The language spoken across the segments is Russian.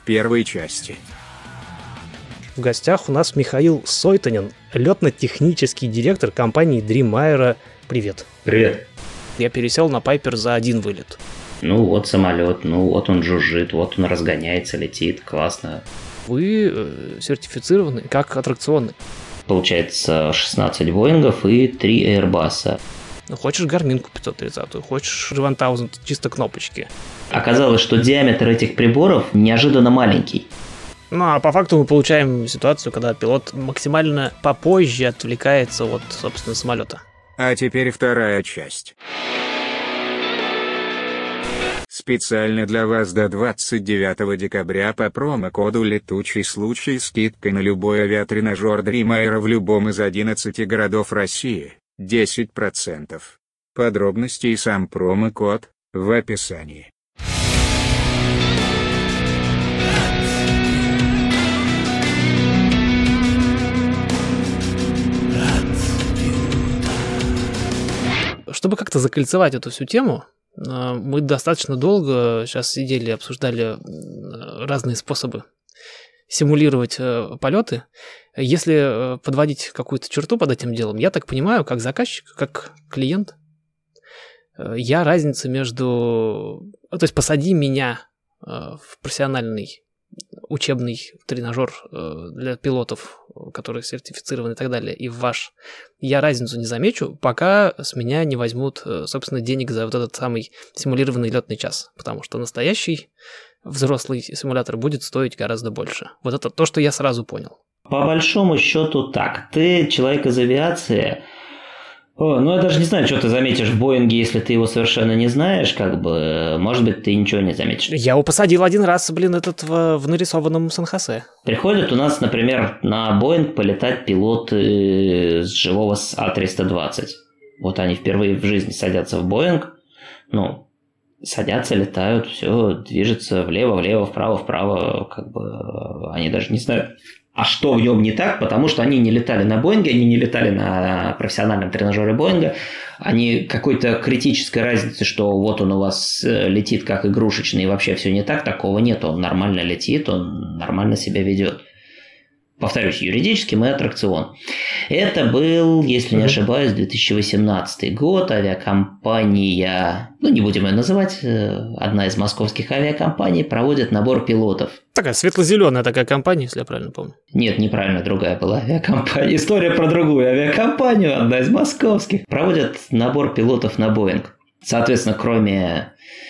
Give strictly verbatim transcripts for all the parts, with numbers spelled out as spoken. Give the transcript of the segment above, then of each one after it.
первой части. В гостях у нас Михаил Сойтанин, летно-технический директор компании Dream Aero. Привет. Привет. Я пересел на Пайпер за один вылет. Ну вот самолет, ну вот он жужжит, вот он разгоняется, летит, классно. Вы э, сертифицированы как аттракционный. Получается шестнадцать Боингов и три Airbus. Хочешь Гарминку пятьсот тридцать, хочешь один тысячу, чисто кнопочки. Оказалось, что диаметр этих приборов неожиданно маленький. Ну, а по факту мы получаем ситуацию, когда пилот максимально попозже отвлекается от, собственно, самолета. А теперь вторая часть. Специально для вас до двадцать девятого декабря по промокоду «Летучий случай» скидкой на любой авиатренажер Dream Aero в любом из одиннадцати городов России. десять процентов. Подробности и сам промокод в описании. Чтобы как-то закольцевать эту всю тему, мы достаточно долго сейчас сидели и обсуждали разные способы симулировать полеты. Если подводить какую-то черту под этим делом, я так понимаю, как заказчик, как клиент, я разница между... То есть посади меня в профессиональный учебный тренажер для пилотов, которые сертифицированы и так далее, и в ваш, я разницу не замечу, пока с меня не возьмут, собственно, денег за вот этот самый симулированный летный час, потому что настоящий взрослый симулятор будет стоить гораздо больше. Вот это то, что я сразу понял. По большому счету так. Ты человек из авиации. О, ну я даже не знаю, что ты заметишь в Боинге, если ты его совершенно не знаешь, как бы, может быть, ты ничего не заметишь. Я его посадил один раз, блин, этот в, в нарисованном Сан-Хосе. Приходят у нас, например, на Боинг полетать пилоты с живого А триста двадцать. Вот они впервые в жизни садятся в Боинг, ну, садятся, летают, все, движется влево, влево, вправо, вправо, как бы, они даже не знают, а что в нем не так, потому что они не летали на Боинге, они не летали на профессиональном тренажере Боинга, они какой-то критической разницы, что вот он у вас летит как игрушечный и вообще все не так, такого нет, он нормально летит, он нормально себя ведет. Повторюсь, юридически мы аттракцион. Это был, если не ошибаюсь, две тысячи восемнадцатый год, авиакомпания, ну не будем ее называть, одна из московских авиакомпаний проводит набор пилотов. Такая светло-зеленая такая компания, если я правильно помню. Нет, неправильно, другая была авиакомпания. История про другую авиакомпанию, одна из московских. Проводят набор пилотов на Боинг. Соответственно, кроме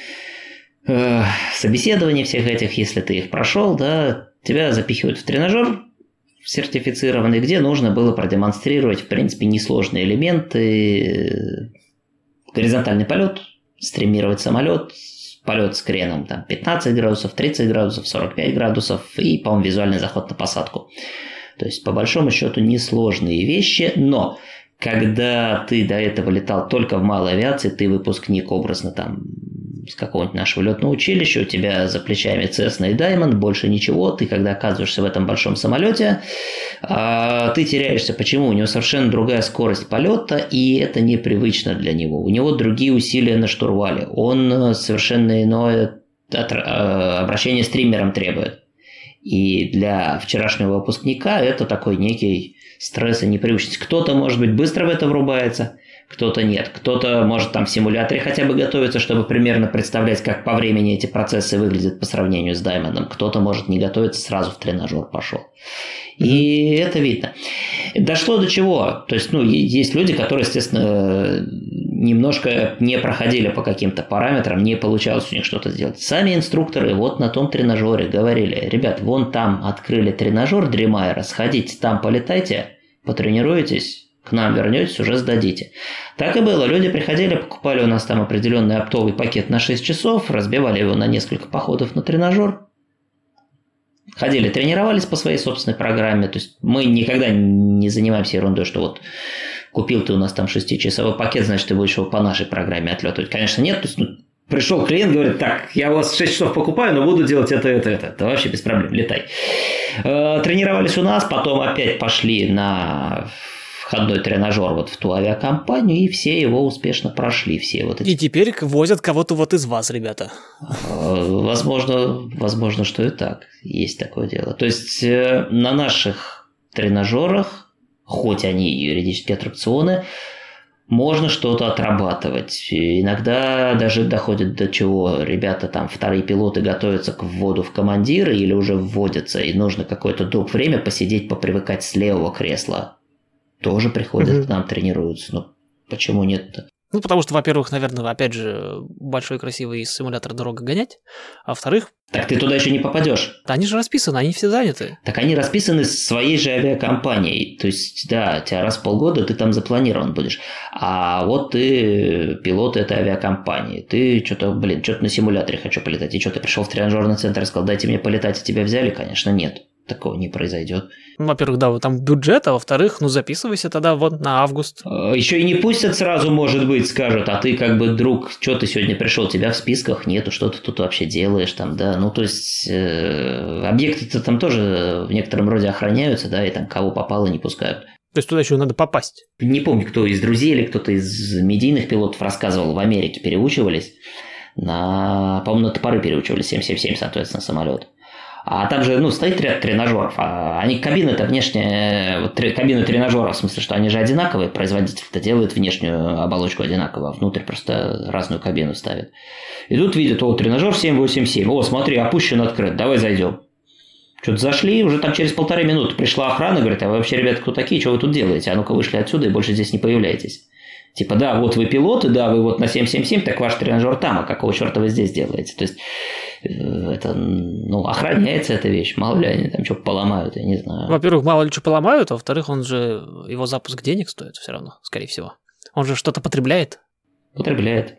э, собеседований всех этих, если ты их прошел, да, тебя запихивают в тренажер сертифицированный, где нужно было продемонстрировать, в принципе, несложные элементы. Горизонтальный полет, стримировать самолет, полет с креном там, пятнадцать градусов, тридцать градусов, сорок пять градусов и, по-моему, визуальный заход на посадку. То есть, по большому счету, несложные вещи, но когда ты до этого летал только в малой авиации, ты выпускник образно там с какого-нибудь нашего летного училища, у тебя за плечами Cessna и Diamond, больше ничего, ты когда оказываешься в этом большом самолете, ты теряешься. Почему? У него совершенно другая скорость полета, и это непривычно для него. У него другие усилия на штурвале, он совершенно иное обращение с триммером требует. И для вчерашнего выпускника это такой некий стресс и непривычность. Кто-то, может быть, быстро в это врубается, кто-то нет. Кто-то может там в симуляторе хотя бы готовиться, чтобы примерно представлять, как по времени эти процессы выглядят по сравнению с Даймондом. Кто-то может не готовиться, сразу в тренажер пошел. И это видно. Дошло до чего? То есть, ну, есть люди, которые, естественно, немножко не проходили по каким-то параметрам, не получалось у них что-то сделать. Сами инструкторы вот на том тренажере говорили: ребят, вон там открыли тренажер Dream Aero, сходите там, полетайте, потренируетесь, к нам вернетесь, уже сдадите. Так и было. Люди приходили, покупали у нас там определенный оптовый пакет на шесть часов, разбивали его на несколько походов на тренажер, ходили, тренировались по своей собственной программе. То есть мы никогда не занимаемся ерундой, что вот купил ты у нас там шестичасовой пакет, значит, ты будешь его по нашей программе отлетывать. Конечно, нет. То есть, ну, пришел клиент, говорит: так, я у вас шесть часов покупаю, но буду делать это, это, это. Это вообще без проблем, летай. Тренировались у нас, потом опять пошли на входной тренажер вот в ту авиакомпанию, и все его успешно прошли. Все вот эти... И теперь возят кого-то вот из вас, ребята. Возможно, возможно, что и так. Есть такое дело. То есть на наших тренажерах, хоть они и юридические аттракционы, можно что-то отрабатывать. Иногда даже доходит до чего. Ребята, там, вторые пилоты готовятся к вводу в командиры или уже вводятся, и нужно какое-то доп. Время посидеть, попривыкать с левого кресла. Тоже приходят угу. к нам, тренируются. Ну, почему нет-то? Ну, потому что, во-первых, наверное, опять же, большой красивый симулятор дорого гонять, а во-вторых... Так ты туда еще не попадешь. Да они же расписаны, они все заняты. Так они расписаны своей же авиакомпанией. То есть, да, у тебя раз в полгода ты там запланирован будешь. А вот ты пилот этой авиакомпании. Ты что-то, блин, что-то на симуляторе хочу полетать. И что, ты пришел в тренажерный центр и сказал, дайте мне полетать, и тебя взяли? Конечно, нет. Такого не произойдет. Ну, во-первых, да, вот там бюджет, а во-вторых, ну, записывайся тогда вот на август. Еще и не пустят сразу, может быть, скажут, а ты как бы, друг, что ты сегодня пришел, тебя в списках нету, что ты тут вообще делаешь там, да, ну, то есть, э, объекты-то там тоже в некотором роде охраняются, да, и там кого попало не пускают. То есть туда еще надо попасть. Не помню, кто из друзей или кто-то из медийных пилотов рассказывал, в Америке переучивались, на, по-моему, на топоры переучивались, семь семь семь, соответственно, самолет. А там же, ну, стоит ряд тренажеров, а они кабины-то внешне, вот, кабины тренажеров, в смысле, что они же одинаковые, производитель-то делает внешнюю оболочку одинаково, а внутрь просто разную кабину ставит. И тут видят, о, тренажер семь восемь семь, о, смотри, опущен, открыт, давай зайдем. Что-то зашли, уже там через полторы минуты пришла охрана, говорит, а вы вообще, ребята, кто такие, что вы тут делаете? А ну-ка вышли отсюда и больше здесь не появляйтесь. Типа, да, вот вы пилоты, да, вы вот на семь семь семь, так ваш тренажер там, а какого черта вы здесь делаете? То есть, это, ну, охраняется эта вещь, мало ли они там что поломают, я не знаю. Во-первых, мало ли что поломают, а во-вторых, он же, его запуск денег стоит все равно, скорее всего. Он же что-то потребляет. Потребляет.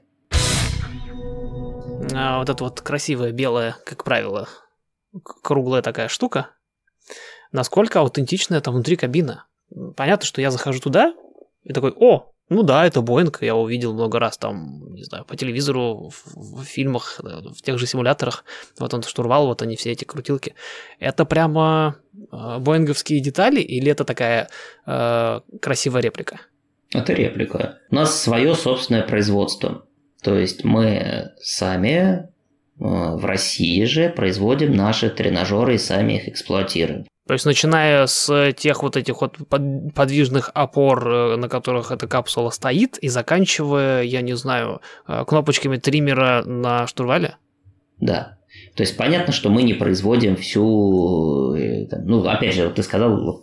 А вот эта вот красивая белая, как правило, круглая такая штука, насколько аутентична это внутри кабина. Понятно, что я захожу туда и такой, о, ну да, это Боинг, я его видел много раз там, не знаю, по телевизору, в, в фильмах, в тех же симуляторах. Вот он штурвал, вот они все эти крутилки. Это прямо э, боинговские детали или это такая э, красивая реплика? Это реплика. У нас свое собственное производство. То есть мы сами э, в России же производим наши тренажеры и сами их эксплуатируем. То есть, начиная с тех вот этих вот подвижных опор, на которых эта капсула стоит, и заканчивая, я не знаю, кнопочками триммера на штурвале? Да. То есть, понятно, что мы не производим всю... Ну, опять же, вот ты сказал,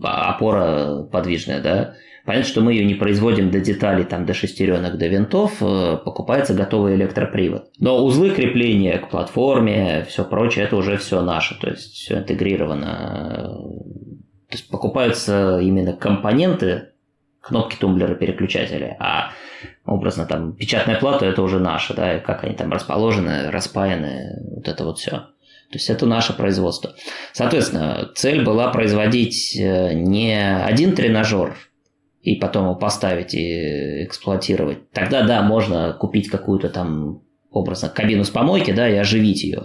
опора подвижная, да? Понятно, что мы ее не производим до деталей, там, до шестеренок, до винтов, покупается готовый электропривод. Но узлы крепления к платформе, все прочее, это уже все наше, то есть все интегрировано. То есть покупаются именно компоненты, кнопки, тумблеры, переключатели, а образно там печатная плата это уже наша, да, и как они там расположены, распаяны, вот это вот все. То есть это наше производство. Соответственно, цель была производить не один тренажер, и потом его поставить и эксплуатировать. Тогда, да, можно купить какую-то там, образно, кабину с помойки, да, и оживить ее.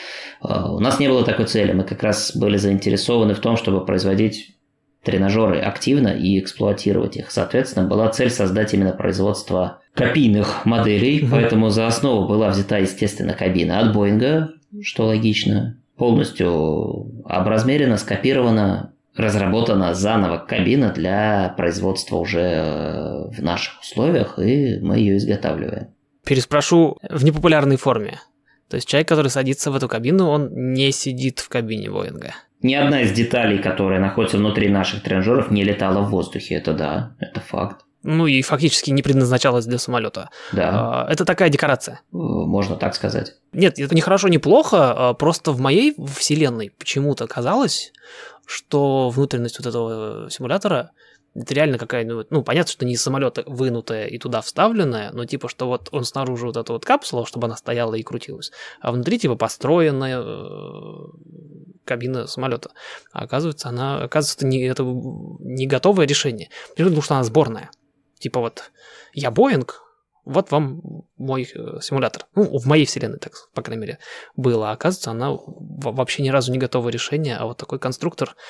У нас не было такой цели. Мы как раз были заинтересованы в том, чтобы производить тренажеры активно и эксплуатировать их. Соответственно, была цель создать именно производство копийных моделей, mm-hmm. поэтому за основу была взята, естественно, кабина от Боинга, что логично, полностью образмерена, скопирована, разработана заново кабина для производства уже в наших условиях, и мы ее изготавливаем. Переспрошу в непопулярной форме. То есть человек, который садится в эту кабину, он не сидит в кабине Боинга. Ни одна из деталей, которая находится внутри наших тренажеров, не летала в воздухе. Это да, это факт. Ну и фактически не предназначалась для самолета. Да. Это такая декорация. Можно так сказать. Нет, это не хорошо, не плохо. Просто в моей вселенной почему-то казалось, что внутренность вот этого симулятора это реально какая-нибудь, ну, понятно, что не из самолета вынутая и туда вставленная, но типа, что вот он снаружи вот эта вот капсула, чтобы она стояла и крутилась, а внутри типа построенная э, кабина самолета. А оказывается, она, оказывается, не, это не готовое решение. Потому что она сборная. Типа вот, я Боинг, вот вам мой э, симулятор. Ну, в моей вселенной, так, по крайней мере, было. А оказывается, она вообще ни разу не готовое решение, а вот такой конструктор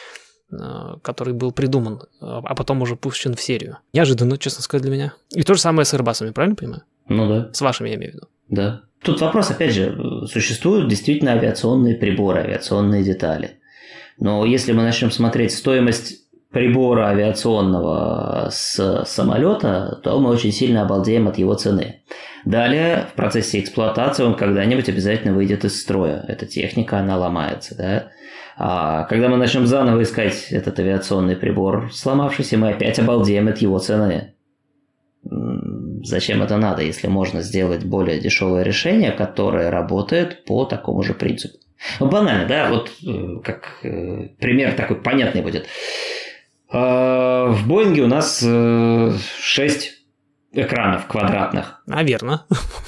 который был придуман, а потом уже пущен в серию. Неожиданно, честно сказать, для меня. И то же самое с Airbus'ами, правильно понимаю? Ну да. С вашими, я имею в виду. Да. Тут вопрос, опять же, существуют действительно авиационные приборы, авиационные детали. Но если мы начнем смотреть стоимость прибора авиационного с самолета, то мы очень сильно обалдеем от его цены. Далее, в процессе эксплуатации он когда-нибудь обязательно выйдет из строя. Эта техника, она ломается, да? А когда мы начнем заново искать этот авиационный прибор сломавшийся, мы опять обалдеем от его цены. Зачем это надо, если можно сделать более дешевое решение, которое работает по такому же принципу? Ну, банально, да? Вот как пример такой понятный будет. В Боинге у нас шесть экранов квадратных. Наверно.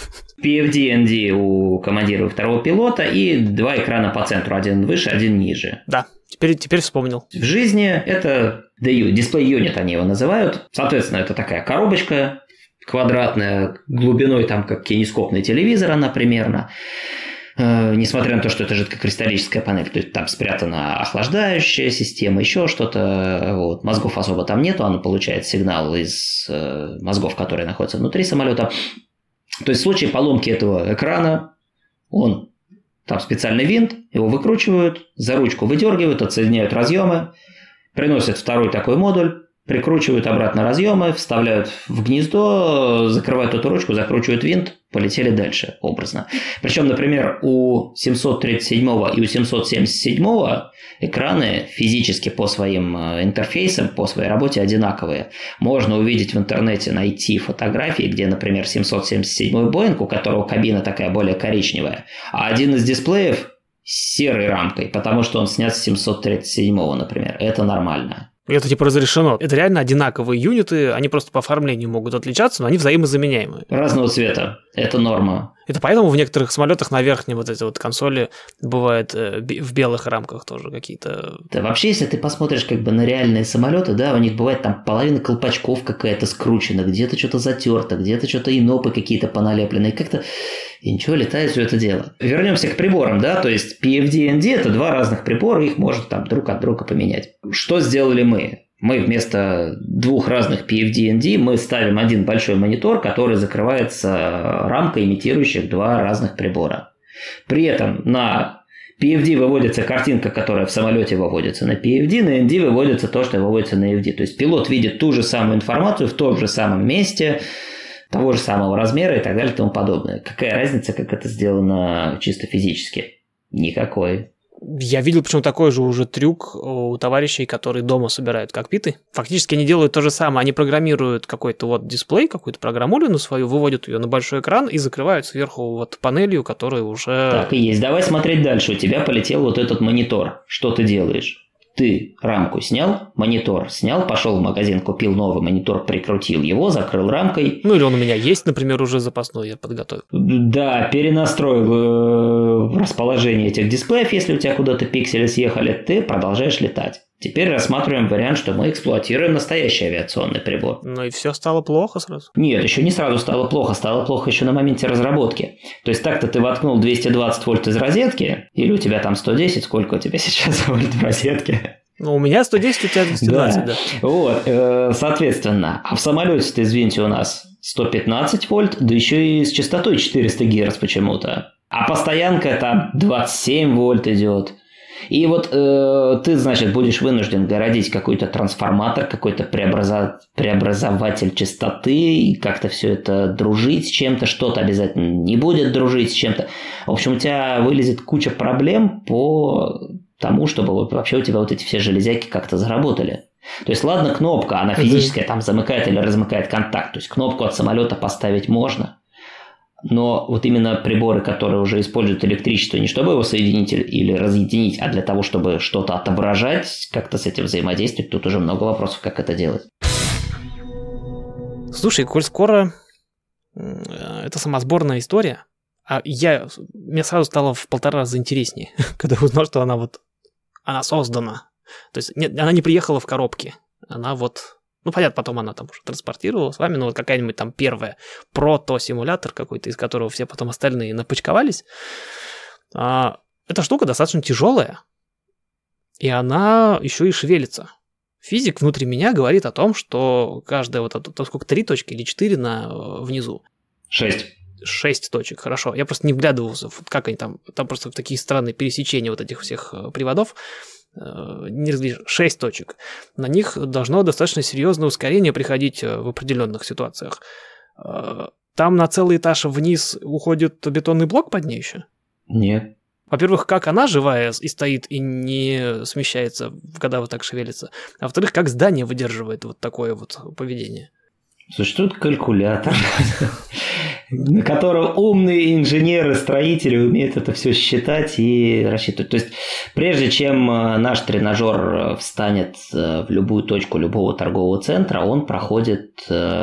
пи эф ди эн ди у командира и второго пилота и два экрана по центру, один выше, один ниже. Да, теперь, теперь вспомнил. В жизни это ди ю, дисплей юнит они его называют. Соответственно, это такая коробочка квадратная, глубиной там как кинескопный телевизор она примерно. Несмотря на то, что это жидкокристаллическая панель, то есть там спрятана охлаждающая система, еще что-то, вот. Мозгов особо там нету, она получает сигнал из э, мозгов, которые находятся внутри самолета. То есть в случае поломки этого экрана, он, там специальный винт, его выкручивают, за ручку выдергивают, отсоединяют разъемы, приносят второй такой модуль, прикручивают обратно разъемы, вставляют в гнездо, закрывают эту ручку, закручивают винт, полетели дальше, образно. Причем, например, у семьсот тридцать седьмого и у семьсот семьдесят седьмого экраны физически по своим интерфейсам, по своей работе одинаковые. Можно увидеть в интернете, найти фотографии, где, например, семьсот семьдесят седьмой Боинг, у которого кабина такая более коричневая, а один из дисплеев с серой рамкой, потому что он снят с семьсот тридцать седьмого, например. Это нормально. Это типа разрешено. Это реально одинаковые юниты, они просто по оформлению могут отличаться, но они взаимозаменяемые. Разного цвета. Это норма. Это поэтому в некоторых самолетах на верхней вот эти вот консоли бывает э, в белых рамках тоже какие-то. Да вообще, если ты посмотришь как бы на реальные самолеты, да, у них бывает там половина колпачков какая-то скручена, где-то что-то затерто, где-то что-то инопы какие-то поналеплены, и как-то и ничего, летает все это дело. Вернемся к приборам, да, то есть пи эф ди эн ди это два разных прибора, их можно там друг от друга поменять. Что сделали мы? Мы вместо двух разных пи эф ди эн ди мы ставим один большой монитор, который закрывается рамкой, имитирующих два разных прибора. При этом на пи эф ди выводится картинка, которая в самолете выводится на пи эф ди, на эн ди выводится то, что выводится на эф ди. То есть пилот видит ту же самую информацию в том же самом месте, того же самого размера и так далее и тому подобное. Какая разница, как это сделано чисто физически? Никакой. Я видел, причем такой же уже трюк у товарищей, которые дома собирают кокпиты. Фактически они делают то же самое. Они программируют какой-то вот дисплей, какую-то программулину свою, выводят ее на большой экран и закрывают сверху вот панелью, которая уже... Так и есть. Давай смотреть дальше. У тебя полетел вот этот монитор. Что ты делаешь? Ты рамку снял, монитор снял, пошел в магазин, купил новый монитор, прикрутил его, закрыл рамкой. Ну или он у меня есть, например, уже запасной, я подготовил. Да, перенастроил э, расположение этих дисплеев, если у тебя куда-то пиксели съехали, ты продолжаешь летать. Теперь рассматриваем вариант, что мы эксплуатируем настоящий авиационный прибор. Ну и все стало плохо сразу? Нет, еще не сразу стало плохо, стало плохо еще на моменте разработки. То есть так-то ты воткнул двести двадцать вольт из розетки, или у тебя там сто десять, сколько у тебя сейчас вольт в розетке? Ну, у меня сто десять, у тебя двести двадцать, да. да. Вот, э, соответственно, а в самолете-то, извините, у нас сто пятнадцать вольт, да еще и с частотой четыреста герц почему-то. А постоянка там двадцать семь вольт идет. И вот э, ты, значит, будешь вынужден городить какой-то трансформатор, какой-то преобраза... преобразователь частоты, и как-то все это дружить с чем-то, что-то обязательно не будет дружить с чем-то. В общем, у тебя вылезет куча проблем по тому, чтобы вот вообще у тебя вот эти все железяки как-то заработали. То есть, ладно, кнопка, она физическая, там замыкает или размыкает контакт. То есть, кнопку от самолета поставить можно. Но вот именно приборы, которые уже используют электричество не чтобы его соединить или разъединить, а для того, чтобы что-то отображать, как-то с этим взаимодействовать, тут уже много вопросов, как это делать. Слушай, коль скоро это самосборная история, а я, мне сразу стало в полтора раза интереснее, когда узнал, что она вот, она создана. То есть нет, она не приехала в коробке, она вот... Ну, понятно, потом она там уже транспортировала с вами, но вот какая-нибудь там первая прото-симулятор какой-то, из которого все потом остальные напочковались. А, эта штука достаточно тяжелая. и она еще и шевелится. Физик внутри меня говорит о том, что каждая вот это, сколько, три точки или четыре на, внизу? Шесть. Шесть точек, хорошо. Я просто не вглядывался, как они там, там просто такие странные пересечения вот этих всех приводов. Не разглядишь. Шесть точек. На них должно достаточно серьезное ускорение приходить в определенных ситуациях. Там на целый этаж вниз уходит бетонный блок под ней еще? Нет. Во-первых, как она живая и стоит и не смещается, когда вот так шевелится. А во-вторых, как здание выдерживает вот такое вот поведение. Существует калькулятор, на котором умные инженеры, строители умеют это все считать и рассчитывать. То есть, прежде чем наш тренажер встанет в любую точку любого торгового центра, он проходит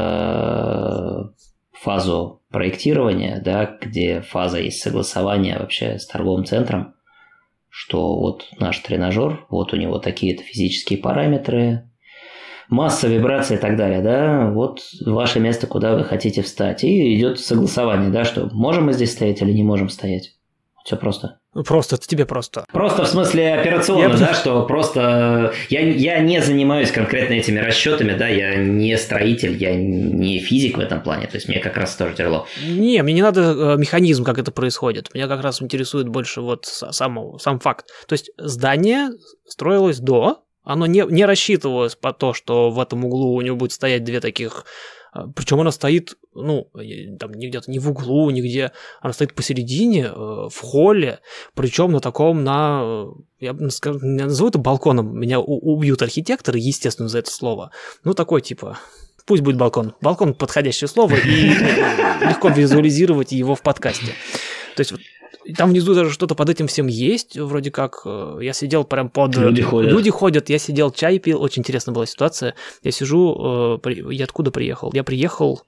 фазу проектирования, да, где фаза есть согласования вообще с торговым центром, что вот наш тренажер, вот у него такие-то физические параметры, масса, вибрация и так далее, да, вот ваше место, куда вы хотите встать. И идет согласование, да, что можем мы здесь стоять или не можем стоять. Все просто. Просто, это тебе просто. Просто в смысле операционно, я... да, что просто я, я не занимаюсь конкретно этими расчетами, да, я не строитель, я не физик в этом плане, то есть мне как раз тоже тяжело. Не, мне не надо механизм, как это происходит, меня как раз интересует больше вот сам, сам факт. То есть здание строилось до, оно не, не рассчитывалось по то, что в этом углу у него будет стоять две таких... Причем она стоит, ну, там, не где-то не в углу, нигде. Она стоит посередине, в холле, причем на таком, на... Я бы сказал, я назову это балконом. Меня убьют архитекторы, естественно, за это слово. Ну, такой, типа... Пусть будет балкон. Балкон – подходящее слово, и легко визуализировать его в подкасте. То есть... Там внизу даже что-то под этим всем есть, вроде как. Я сидел прям под... Люди ходят. Люди ходят, я сидел, чай пил, очень интересная была ситуация. Я сижу, я откуда приехал? Я приехал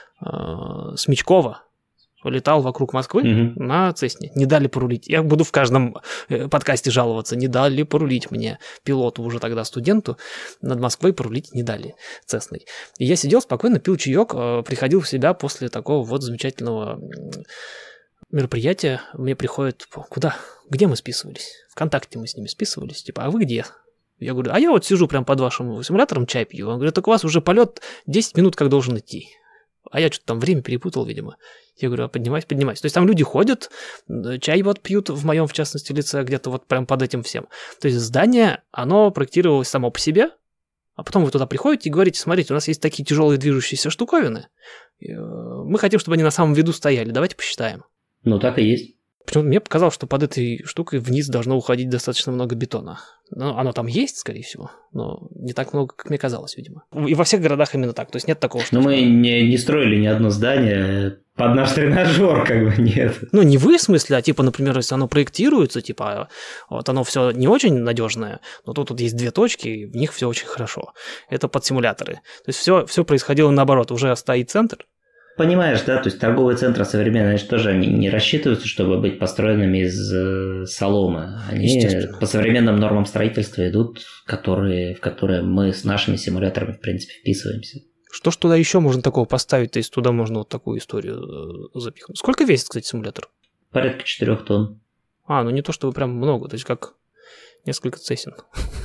с Мечкова, летал вокруг Москвы угу. на Цесне. Не дали порулить. Я буду в каждом подкасте жаловаться. Не дали порулить мне, пилоту уже тогда студенту, над Москвой порулить не дали Цесной. И я сидел спокойно, пил чаек, приходил в себя после такого вот замечательного... мероприятие, мне приходит, куда, где мы списывались? ВКонтакте мы с ними списывались, типа, а вы где? Я говорю, а я вот сижу прям под вашим симулятором, чай пью. Он говорит, так у вас уже полет десять минут как должен идти. А я что-то там время перепутал, видимо. Я говорю, а поднимайся, поднимайся. То есть там люди ходят, чай вот пьют, в моем, в частности, лице, где-то вот прям под этим всем. То есть здание, оно проектировалось само по себе, а потом вы туда приходите и говорите, смотрите, у нас есть такие тяжелые движущиеся штуковины, мы хотим, чтобы они на самом виду стояли, давайте посчитаем. Ну, так и есть. Почему-то мне показалось, что под этой штукой вниз должно уходить достаточно много бетона. Ну, оно там есть, скорее всего, но не так много, как мне казалось, видимо. И во всех городах именно так, то есть нет такого, что... Но мы не, не строили ни одно здание под наш тренажер, как бы, нет. Ну, не вы, в смысле, а типа, например, если оно проектируется, типа, вот оно все не очень надежное, но тут, тут есть две точки, и в них все очень хорошо. Это под симуляторы. То есть все, все происходило наоборот, уже стоит центр. Понимаешь, да, то есть торговые центры современные, они же тоже они не рассчитываются, чтобы быть построенными из э, соломы. Они по современным нормам строительства идут, которые, в которые мы с нашими симуляторами, в принципе, вписываемся. Что ж туда еще можно такого поставить, если туда можно вот такую историю запихнуть? Сколько весит, кстати, симулятор? Порядка четырех тонн. А, ну не то чтобы прям много, то есть как несколько цесен.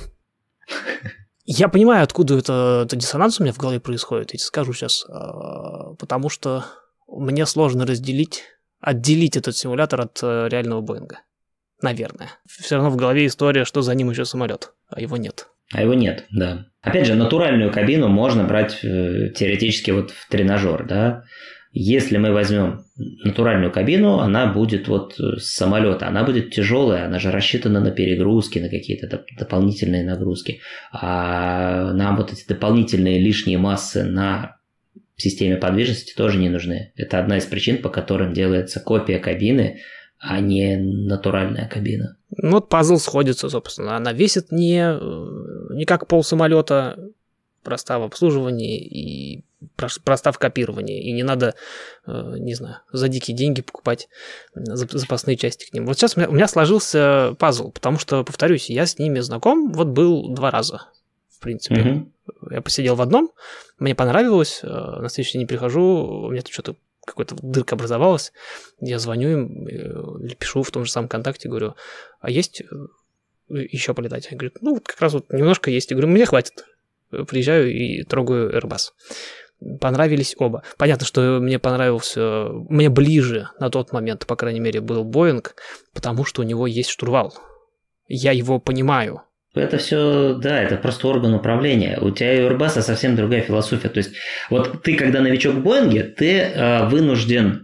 Я понимаю, откуда это, это диссонанс у меня в голове происходит, я тебе скажу сейчас, потому что мне сложно разделить, отделить этот симулятор от реального Боинга. Наверное. Все равно в голове история, что за ним еще самолет, а его нет. А его нет, да. Опять же, натуральную кабину можно брать теоретически вот в тренажер, да. Если мы возьмем натуральную кабину, она будет вот с самолета, она будет тяжелая, она же рассчитана на перегрузки, на какие-то доп- дополнительные нагрузки. А нам вот эти дополнительные лишние массы на системе подвижности тоже не нужны. Это одна из причин, по которым делается копия кабины, а не натуральная кабина. Ну вот пазл сходится, собственно. Она весит не, не как полсамолета, проста в обслуживании и проста в копировании, и не надо, не знаю, за дикие деньги покупать запасные части к ним. Вот сейчас у меня, у меня сложился пазл, потому что, повторюсь, я с ними знаком, вот был два раза, в принципе. Mm-hmm. Я посидел в одном, мне понравилось, на следующий день прихожу, у меня тут что-то какая-то дырка образовалась, я звоню им или пишу в том же самом контакте, говорю, а есть еще полетать? Я говорю, ну, вот как раз вот немножко есть. Я говорю, мне хватит. Приезжаю и трогаю Airbus. Понравились оба. Понятно, что мне понравился, мне ближе на тот момент, по крайней мере, был Boeing, потому что у него есть штурвал. Я его понимаю. Это все, да, это просто орган управления. У тебя и у Airbus совсем другая философия. То есть, вот ты, когда новичок в Боинге, ты э, вынужден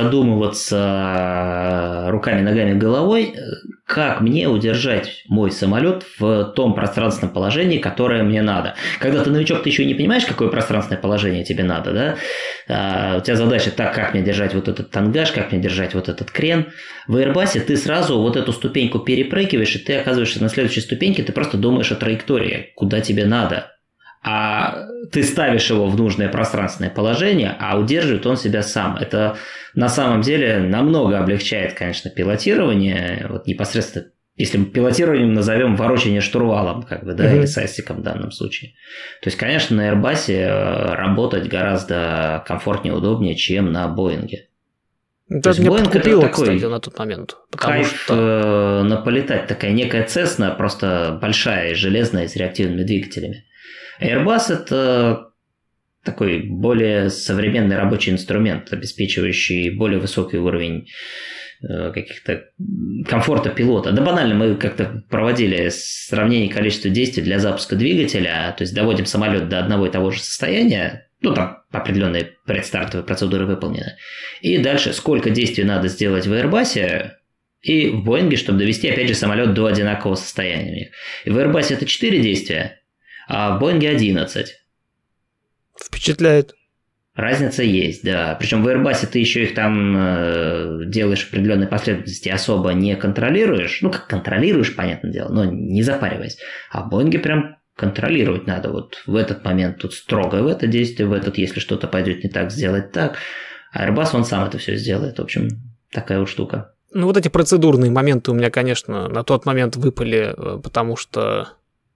задумываться руками, ногами, головой, как мне удержать мой самолет в том пространственном положении, которое мне надо. Когда ты новичок, ты еще не понимаешь, какое пространственное положение тебе надо, да? А, у тебя задача так, как мне держать вот этот тангаж, как мне держать вот этот крен. В Airbus ты сразу вот эту ступеньку перепрыгиваешь, и ты оказываешься на следующей ступеньке, ты просто думаешь о траектории, куда тебе надо. А ты ставишь его в нужное пространственное положение, а удерживает он себя сам. Это на самом деле намного облегчает, конечно, пилотирование. Вот непосредственно, если мы пилотированием назовем ворочание штурвалом, как бы, да, mm-hmm. или сайстиком в данном случае. То есть, конечно, на Airbus работать гораздо комфортнее, удобнее, чем на Боинге. Это меня подкупило, кстати, на тот момент. Кайф что... наполетать, такая некая Cessna, просто большая и железная, с реактивными двигателями. Airbus – это такой более современный рабочий инструмент, обеспечивающий более высокий уровень каких-то комфорта пилота. Да банально, мы как-то проводили сравнение количества действий для запуска двигателя, то есть доводим самолет до одного и того же состояния, ну там определенные предстартовые процедуры выполнены, и дальше сколько действий надо сделать в Airbus и в Боинге, чтобы довести, опять же, самолет до одинакового состояния у них. И в Airbus это четыре действия, а в Боинге одиннадцать. Впечатляет. Разница есть, да. Причем в Airbus ты еще их там э, делаешь в определенной последовательности, особо не контролируешь. Ну, как контролируешь, понятное дело, но не запариваясь. А в Боинге прям контролировать надо. Вот в этот момент тут строго в это действие, в этот, если что-то пойдет не так, сделать так. А Airbus, он сам это все сделает. В общем, такая вот штука. Ну, вот эти процедурные моменты у меня, конечно, на тот момент выпали, потому что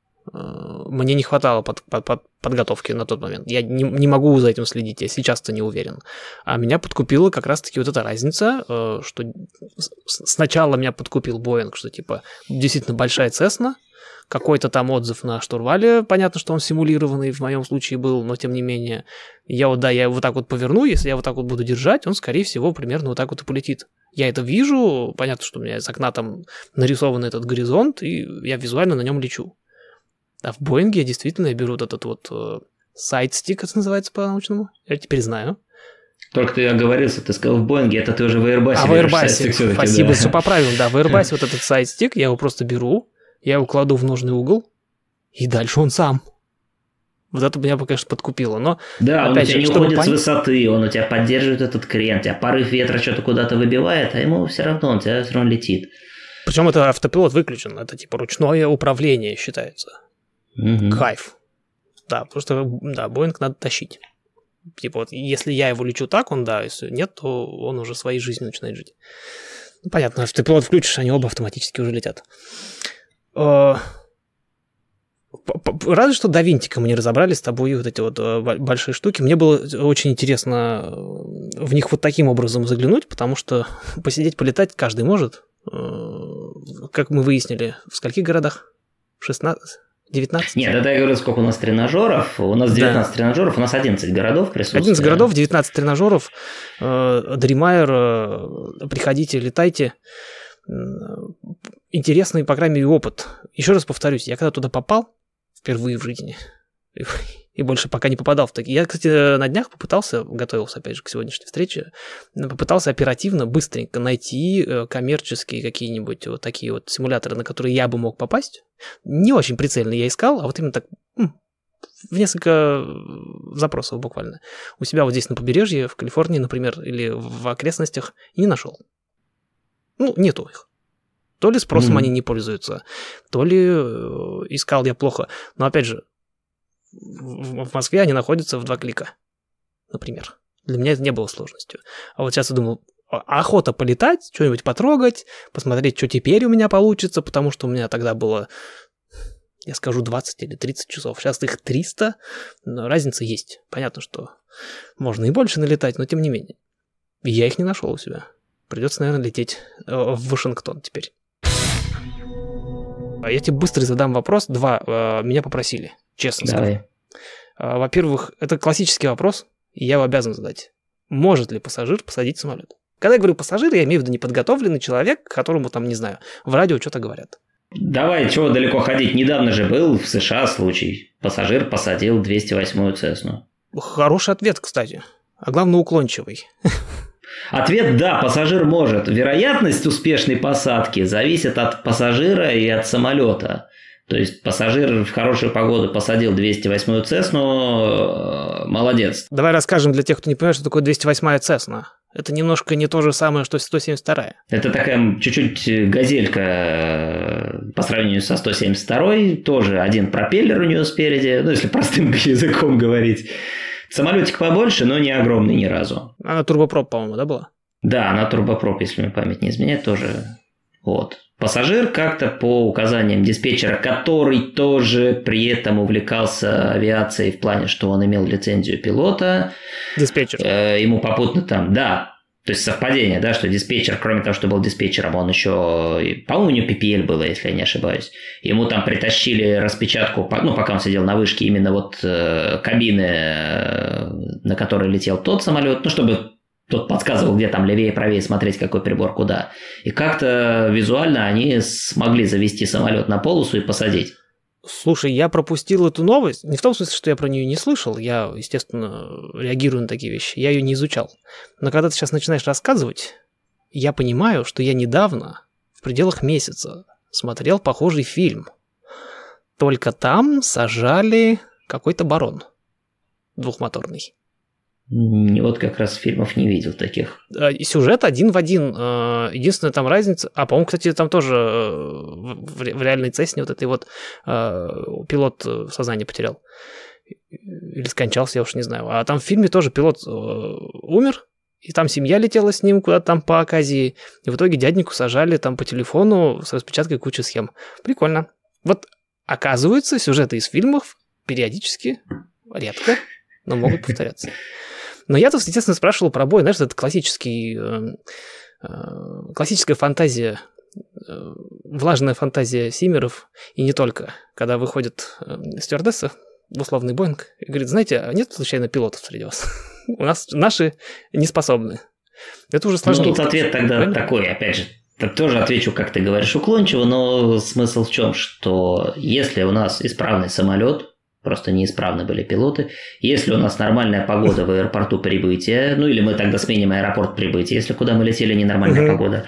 мне не хватало под, под, под, подготовки на тот момент. Я не, не могу за этим следить, я сейчас-то не уверен. А меня подкупила как раз-таки вот эта разница, что сначала меня подкупил Боинг, что типа действительно большая Cessna, какой-то там отзыв на штурвале, понятно, что он симулированный в моем случае был, но тем не менее, я вот, да, я вот так вот поверну, если я вот так вот буду держать, он, скорее всего, примерно вот так вот и полетит. Я это вижу, понятно, что у меня из окна там нарисован этот горизонт, и я визуально на нем лечу. А в Боинге я действительно беру вот этот вот сайдстик, это называется по-научному. Я теперь знаю. Только ты оговорился, ты сказал в Боинге, это ты уже в Airbus. А в Airbus, спасибо, да. Что поправил, да. В Airbus вот этот сайдстик, я его просто беру, я его кладу в нужный угол, и дальше он сам. Вот это меня, конечно, подкупило, но... Да, опять он у тебя же, не уходит понять... с высоты, он у тебя поддерживает этот крен, тебя порыв ветра что-то куда-то выбивает, а ему все равно, он тебя все равно летит. Причем это автопилот выключен, это типа ручное управление считается. Угу. Кайф. Да, просто, да, Боинг надо тащить. Типа вот, если я его лечу так, он, да, если нет, то он уже своей жизнью начинает жить. Ну, понятно, автопилот включишь, они оба автоматически уже летят. Разве что до винтика мы не разобрали с тобой вот эти вот большие штуки. Мне было очень интересно в них вот таким образом заглянуть, потому что посидеть, полетать каждый может. Как мы выяснили, в скольких городах? В шестнадцати? девятнадцать? Нет, это я говорю, сколько у нас тренажеров. У нас девятнадцать да. тренажеров, у нас одиннадцать городов присутствует. одиннадцать городов, девятнадцать тренажеров. Dreamliner, приходите, летайте. Интересный, по крайней мере, опыт. Еще раз повторюсь, я когда туда попал, впервые в жизни, и больше пока не попадал в такие. Я, кстати, на днях попытался, готовился опять же к сегодняшней встрече, попытался оперативно, быстренько найти коммерческие какие-нибудь вот такие вот симуляторы, на которые я бы мог попасть. Не очень прицельно я искал, а вот именно так в несколько запросов буквально. У себя вот здесь на побережье, в Калифорнии, например, или в окрестностях, и не нашел. Ну, нету их. То ли спросом mm-hmm. они не пользуются, то ли искал я плохо. Но опять же, в Москве они находятся в два клика, например. Для меня это не было сложностью. А вот сейчас я думал, охота полетать, что-нибудь потрогать, посмотреть, что теперь у меня получится, потому что у меня тогда было, я скажу, двадцать или тридцать часов. Сейчас их триста, но разница есть. Понятно, что можно и больше налетать, но тем не менее. И я их не нашел у себя. Придется, наверное, лететь в Вашингтон теперь. Я тебе быстро задам вопрос. Два. Меня попросили, честно Давай. скажу. Во-первых, это классический вопрос, и я его обязан задать. Может ли пассажир посадить самолет? Когда я говорю пассажир, я имею в виду неподготовленный человек, которому там, не знаю, в радио что-то говорят. Давай, чего далеко ходить. Недавно же был в США случай. Пассажир посадил двести восьмую Цесну. Хороший ответ, кстати. А главное, уклончивый. Ответ – да, пассажир может. Вероятность успешной посадки зависит от пассажира и от самолета. То есть пассажир в хорошую погоду посадил двести восьмую Цесну, молодец. Давай расскажем для тех, кто не понимает, что такое двести восьмая Цесна. Это немножко не то же самое, что сто семьдесят вторая. Это такая чуть-чуть газелька по сравнению со сто семьдесят второй. Тоже один пропеллер у нее спереди, ну, если простым языком говорить. Самолетик побольше, но не огромный ни разу. Она турбопроп, по-моему, да, была? Да, она турбопроп, если мне память не изменяет, тоже. Вот. Пассажир как-то по указаниям диспетчера, который тоже при этом увлекался авиацией в плане, что он имел лицензию пилота. Диспетчер. Э, ему попутно там, да, то есть совпадение, да, что диспетчер, кроме того, что был диспетчером, он еще, по-моему, у него пи пи эль было, если я не ошибаюсь. Ему там притащили распечатку, ну, пока он сидел на вышке, именно вот э, кабины, э, на которой летел тот самолет, ну, чтобы тот подсказывал, где там левее, правее смотреть, какой прибор куда. И как-то визуально они смогли завести самолет на полосу и посадить. Слушай, я пропустил эту новость. Не в том смысле, что я про нее не слышал. Я, естественно, реагирую на такие вещи. Я ее не изучал. Но когда ты сейчас начинаешь рассказывать, я понимаю, что я недавно, в пределах месяца, смотрел похожий фильм. Только там сажали какой-то барон двухмоторный. Вот как раз фильмов не видел таких. Сюжет один в один. Единственная там разница... А, по-моему, кстати, там тоже в реальной Цесне вот этой вот пилот сознание потерял. Или скончался, я уж не знаю. А там в фильме тоже пилот умер, и там семья летела с ним куда-то там по оказии. И в итоге дяденьку сажали там по телефону с распечаткой кучи схем. Прикольно. Вот, оказывается, сюжеты из фильмов периодически, редко, но могут повторяться. Но я тут, естественно, спрашивал про бой. Знаешь, это классический, э, э, классическая фантазия, э, влажная фантазия Симмеров, и не только. Когда выходит э, стюардесса в условный Боинг и говорит, знаете, а нет случайно пилотов среди вас? У нас наши не способны. Это уже сложнее. Ну, тут ответ тогда правильно? Такой, опять же, тоже отвечу, как ты говоришь, уклончиво, но смысл в чем, что если у нас исправный самолет, просто неисправны были пилоты. Если у нас нормальная погода в аэропорту прибытия, ну или мы тогда сменим аэропорт прибытия, если куда мы летели ненормальная uh-huh. погода,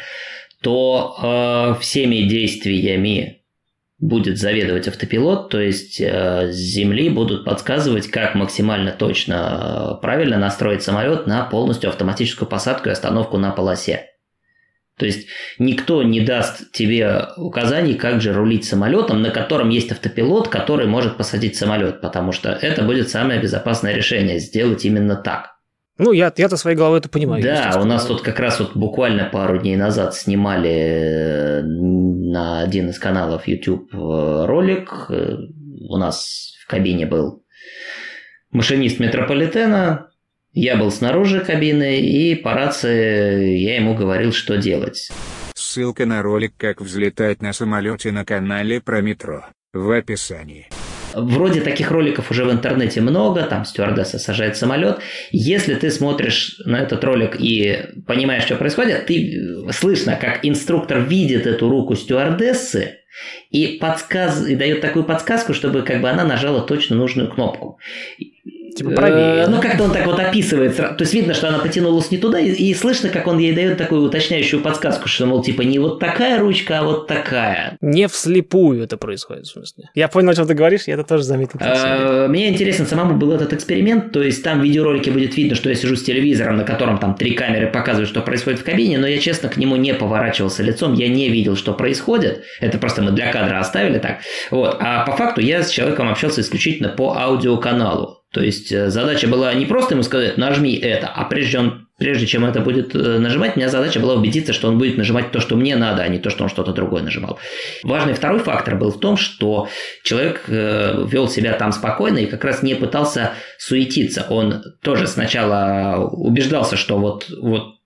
то э, всеми действиями будет заведовать автопилот, то есть э, с земли будут подсказывать, как максимально точно, э, правильно настроить самолет на полностью автоматическую посадку и остановку на полосе. То есть никто не даст тебе указаний, как же рулить самолетом, на котором есть автопилот, который может посадить самолет, потому что это будет самое безопасное решение, сделать именно так. Ну, я, я-то своей головой это понимаю. Да, у нас тут как раз вот буквально пару дней назад снимали на один из каналов YouTube ролик. У нас в кабине был машинист метрополитена. Я был снаружи кабины, и по рации я ему говорил, что делать. Ссылка на ролик «Как взлетать на самолете» на канале про метро в описании. Вроде таких роликов уже в интернете много, там стюардесса сажает самолет. Если ты смотришь на этот ролик и понимаешь, что происходит, ты слышно, как инструктор видит эту руку стюардессы и, подсказ... и дает такую подсказку, чтобы как бы она нажала точно нужную кнопку. Типа правее. Ну, как-то он так вот описывает. То есть видно, что она потянулась не туда, и, и слышно, как он ей дает такую уточняющую подсказку, что, мол, типа, не вот такая ручка, а вот такая. Не вслепую это происходит, в смысле. Я понял, о чем ты говоришь, я это тоже заметил. А, мне интересно, самому был этот эксперимент, то есть там в видеоролике будет видно, что я сижу с телевизором, на котором там три камеры показывают, что происходит в кабине, но я, честно, к нему не поворачивался лицом, я не видел, что происходит. Это просто мы для кадра оставили так. Вот. А по факту я с человеком общался исключительно по аудиоканалу. То есть задача была не просто ему сказать «нажми это», а прежде, он, прежде чем это будет нажимать, у меня задача была убедиться, что он будет нажимать то, что мне надо, а не то, что он что-то другое нажимал. Важный второй фактор был в том, что человек вел себя там спокойно и как раз не пытался суетиться. Он тоже сначала убеждался, что вот, вот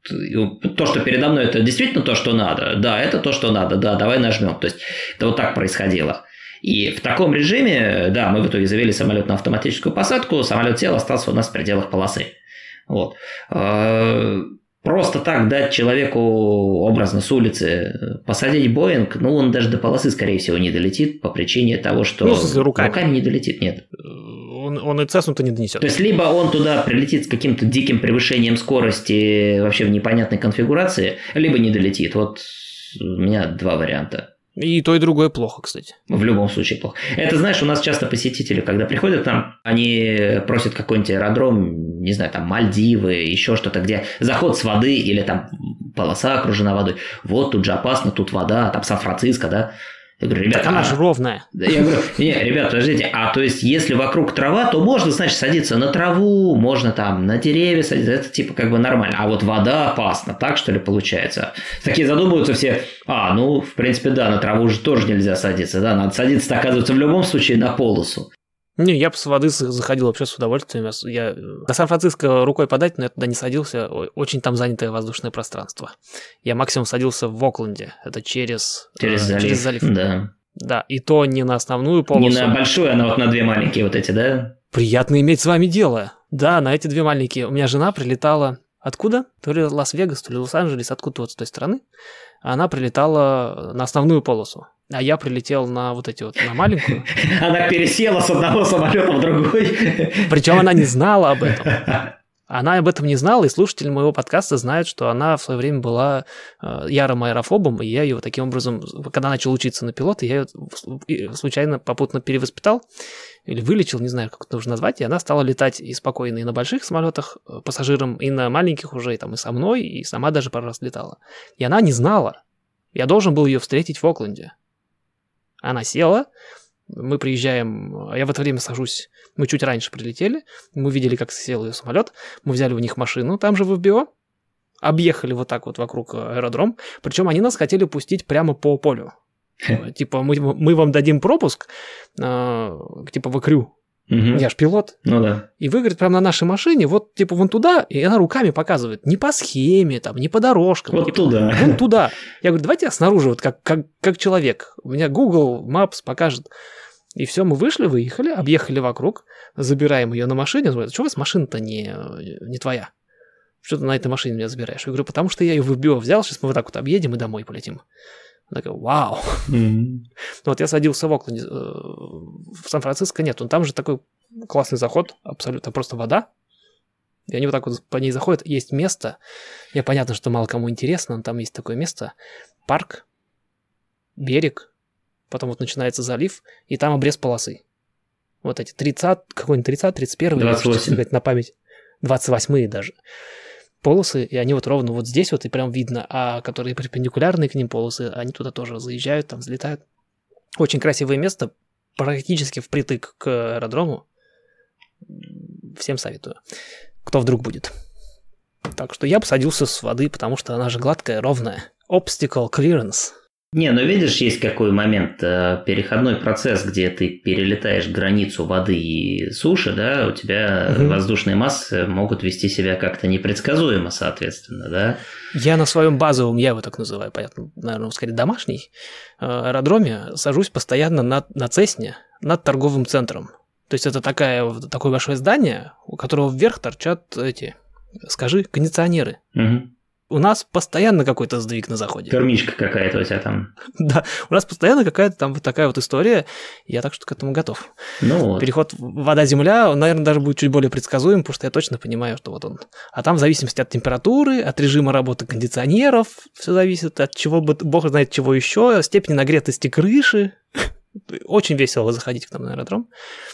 то, что передо мной, это действительно то, что надо. Да, это то, что надо. Да, давай нажмем. То есть это вот так происходило. И в таком режиме, да, мы в итоге завели самолет на автоматическую посадку, самолет сел, остался у нас в пределах полосы. Вот. Просто так дать человеку образно с улицы посадить Боинг, ну, он даже до полосы, скорее всего, не долетит по причине того, что ну, с руками. руками не долетит, нет. Он, он и Цесну-то не донесет. То есть, либо он туда прилетит с каким-то диким превышением скорости вообще в непонятной конфигурации, либо не долетит. Вот у меня два варианта. И то, и другое плохо, кстати. В любом случае плохо. Это, знаешь, у нас часто посетители, когда приходят к нам, они просят какой-нибудь аэродром, не знаю, там Мальдивы, еще что-то, где заход с воды или там полоса окружена водой. Вот тут же опасно, тут вода, там Сан-Франциско, да. Я говорю, ребята, так она а... же ровная. Я говорю, не, ребят, подождите, а то есть, если вокруг трава, то можно, значит, садиться на траву, можно там на деревья садиться, это типа как бы нормально. А вот вода опасна, так что ли получается? Такие задумываются все, а, ну, в принципе, да, на траву же тоже нельзя садиться, да, надо садиться, оказывается, в любом случае на полосу. Не, я бы с воды заходил вообще с удовольствием. Я до Сан-Франциско рукой подать, но я туда не садился. Очень там занятое воздушное пространство. Я максимум садился в Окленде. Это через, через, э, залив. через залив. Да. Да, и то не на основную полосу. Не на большую, а на вот на две маленькие вот эти, да? Приятно иметь с вами дело. Да, на эти две маленькие. У меня жена прилетала... Откуда? То ли Лас-Вегас, то ли Лос-Анджелес, откуда вот с той стороны. Она прилетала на основную полосу. А я прилетел на вот эти вот, на маленькую. Она пересела с одного самолета в другой. Причем она не знала об этом. Она об этом не знала, и слушатели моего подкаста знают, что она в свое время была э, ярым аэрофобом, и я ее таким образом, когда начал учиться на пилота, я ее случайно попутно перевоспитал или вылечил, не знаю, как это нужно назвать, и она стала летать и спокойно и на больших самолетах пассажирам, и на маленьких уже, и там и со мной, и сама даже пару раз летала. И она не знала. Я должен был ее встретить в Окленде. Она села, мы приезжаем, я в это время сажусь, мы чуть раньше прилетели, мы видели, как сел ее самолет, мы взяли у них машину там же в эф би о, объехали вот так вот вокруг аэродром, причем они нас хотели пустить прямо по полю. Типа, мы, мы вам дадим пропуск, э, типа, в икрю. Угу. Я ж пилот. Ну да. И вы, говорит, прямо на нашей машине, вот, типа, вон туда, и она руками показывает. Не по схеме, там, не по дорожкам. Вот типа, туда. Вон туда. Я говорю, давайте я снаружи, вот как, как, как человек. У меня Google Maps покажет. И все, мы вышли, выехали, объехали вокруг, забираем ее на машине. Говорит, что у вас машина-то не, не твоя? Что ты на этой машине меня забираешь? Я говорю, потому что я ее в эф би о взял, сейчас мы вот так вот объедем и домой полетим. Она такая, вау. Mm-hmm. Вот я садился в Окленде, в Сан-Франциско нет, он там же такой классный заход, абсолютно просто вода. И они вот так вот по ней заходят. Есть место, я понятно, что мало кому интересно, но там есть такое место, парк, берег, потом вот начинается залив, и там обрез полосы. Вот эти тридцать, какой-нибудь тридцать, тридцать один, двадцать восемь. Сказать, на память, двадцать восемь даже. Полосы, и они вот ровно вот здесь вот и прям видно, а которые перпендикулярные к ним полосы, они туда тоже заезжают, там взлетают. Очень красивое место, практически впритык к аэродрому. Всем советую, кто вдруг будет. Так что я посадился с воды, потому что она же гладкая, ровная. Obstacle clearance. Не, ну видишь, есть какой момент, переходной процесс, где ты перелетаешь границу воды и суши, да, у тебя угу. воздушные массы могут вести себя как-то непредсказуемо, соответственно, да. Я на своем базовом, я его так называю, понятно, наверное, скорее домашний, аэродроме сажусь постоянно на, на Цесне над торговым центром. То есть это такая, такое большое здание, у которого вверх торчат эти, скажи, кондиционеры. Угу. У нас постоянно какой-то сдвиг на заходе. Термичка какая-то у тебя там. Да, у нас постоянно какая-то там вот такая вот история. Я так что к этому готов. Ну вот. Переход вода-земля, он, наверное, даже будет чуть более предсказуем, потому что я точно понимаю, что вот он. А там в зависимости от температуры, от режима работы кондиционеров, все зависит, от чего бы, бог знает чего еще, степени нагретости крыши. Очень весело заходить к нам на аэродром.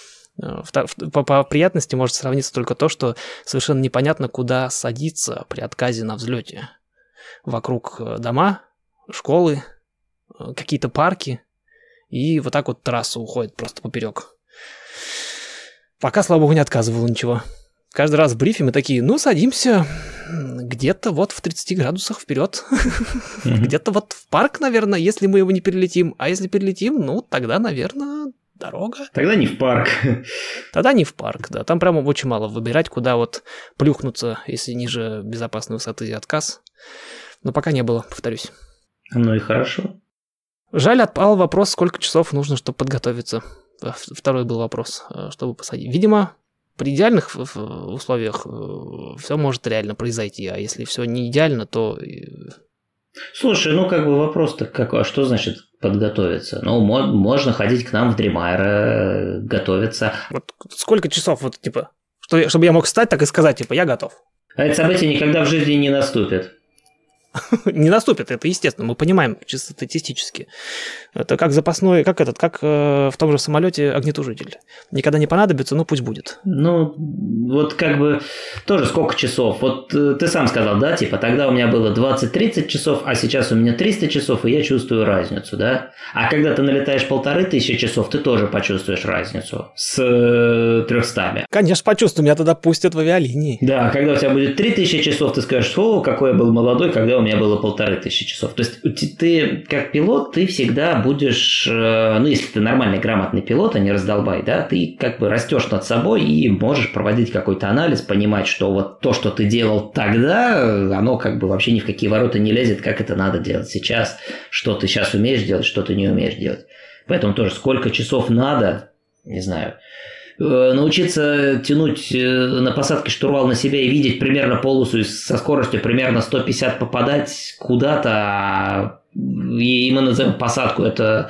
По, по приятности может сравниться только то, что совершенно непонятно, куда садиться при отказе на взлете. Вокруг дома, школы, какие-то парки, и вот так вот трасса уходит просто поперек. Пока, слава богу, не отказывало ничего. Каждый раз в брифе мы такие, ну, садимся где-то вот в тридцати градусах вперед. Mm-hmm. Где-то вот в парк, наверное, если мы его не перелетим. А если перелетим, ну, тогда, наверное... дорога. Тогда не в парк. Тогда не в парк, да. Там прямо очень мало выбирать, куда вот плюхнуться, если ниже безопасной высоты отказ. Но пока не было, повторюсь. Ну и хорошо. Жаль, отпал вопрос, сколько часов нужно, чтобы подготовиться. Второй был вопрос, чтобы посадить. Видимо, при идеальных условиях все может реально произойти, а если все не идеально, то... Слушай, ну как бы вопрос-то какой, а что значит подготовиться? Ну, можно ходить к нам в Дримайра, готовиться. Вот сколько часов, вот типа, что, чтобы я мог встать так и сказать, типа, я готов. А это событие никогда в жизни не наступит. Не наступит, это естественно, мы понимаем чисто статистически. Это как запасной, как этот, как э, в том же самолете огнетушитель. Никогда не понадобится, ну пусть будет. Ну, вот как бы тоже сколько часов. Вот э, ты сам сказал, да, типа тогда у меня было двадцать-тридцать часов, а сейчас у меня триста часов, и я чувствую разницу, да. А когда ты налетаешь полторы тысячи часов, ты тоже почувствуешь разницу с э, трехстами. Конечно, почувствую, меня тогда пустят в авиалинии. Да, когда у тебя будет три тысячи часов, ты скажешь, о, какой я был молодой, когда у у меня было полторы тысячи часов. То есть ты, как пилот, ты всегда будешь, ну, если ты нормальный, грамотный пилот, а не раздолбай, да, ты как бы растешь над собой и можешь проводить какой-то анализ, понимать, что вот то, что ты делал тогда, оно как бы вообще ни в какие ворота не лезет, как это надо делать сейчас, что ты сейчас умеешь делать, что ты не умеешь делать. Поэтому тоже сколько часов надо, не знаю, научиться тянуть на посадке штурвал на себя и видеть примерно полосу и со скоростью примерно сто пятьдесят попадать куда-то, и мы называем посадку это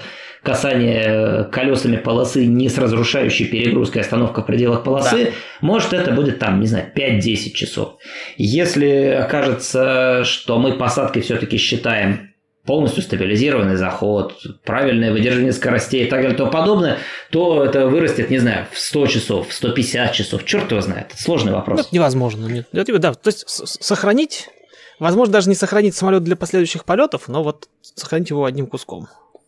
касание колесами полосы не с разрушающей перегрузкой, остановка в пределах полосы, да. Может это будет там, не знаю, пять-десять часов. Если окажется, что мы посадкой все-таки считаем полностью стабилизированный заход, правильное выдерживание скоростей и так далее и тому подобное, то это вырастет, не знаю, в сто часов, в сто пятьдесят часов. Черт его знает. Это сложный вопрос. Это невозможно. Нет. Это, да, то есть сохранить, возможно, даже не сохранить самолет для последующих полетов, но вот сохранить его одним куском.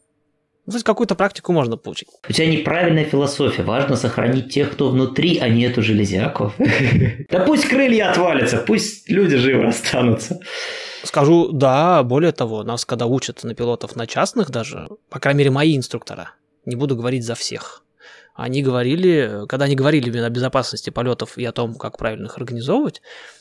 То есть какую-то практику можно получить. У тебя неправильная философия. Важно сохранить тех, кто внутри, а не эту железяку. Да пусть крылья отвалятся, пусть люди живы останутся. Скажу, да, более того, нас когда учат на пилотов на частных даже, по крайней мере, мои инструктора, не буду говорить за всех, они говорили, когда они говорили мне о безопасности полетов и о том, как правильно их организовывать,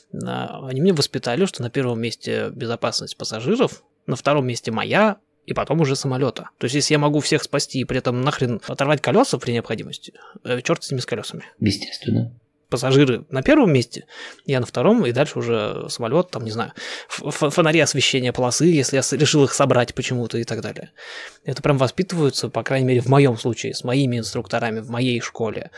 они мне воспитали, что на первом месте безопасность пассажиров, на втором месте моя, и потом уже самолета. То есть, если я могу всех спасти и при этом нахрен оторвать колеса при необходимости, черт с ними с колесами. Естественно. Пассажиры на первом месте, я на втором, и дальше уже самолет, там, не знаю, фонари освещения полосы, если я решил их собрать почему-то и так далее. Это прям воспитываются, по крайней мере, в моем случае, с моими инструкторами в моей школе,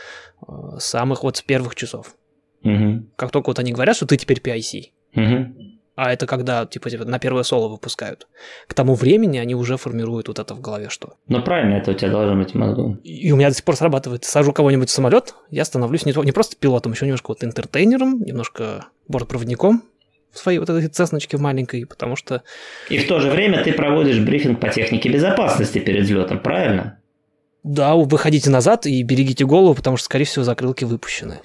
с самых вот с первых часов. Угу. Как только вот они говорят, что ты теперь пи ай си, угу. А это когда, типа, типа, на первое соло выпускают. К тому времени они уже формируют вот это в голове, что... Ну, правильно, это у тебя должно быть в мозгу. И у меня до сих пор срабатывает. Сажу кого-нибудь в самолет, я становлюсь не, не просто пилотом, еще немножко вот интертейнером, немножко бортпроводником в своей вот этой цесночке маленькой, потому что... И в то же время ты проводишь брифинг по технике безопасности перед взлетом, правильно? Да, выходите назад и берегите голову, потому что, скорее всего, закрылки выпущены.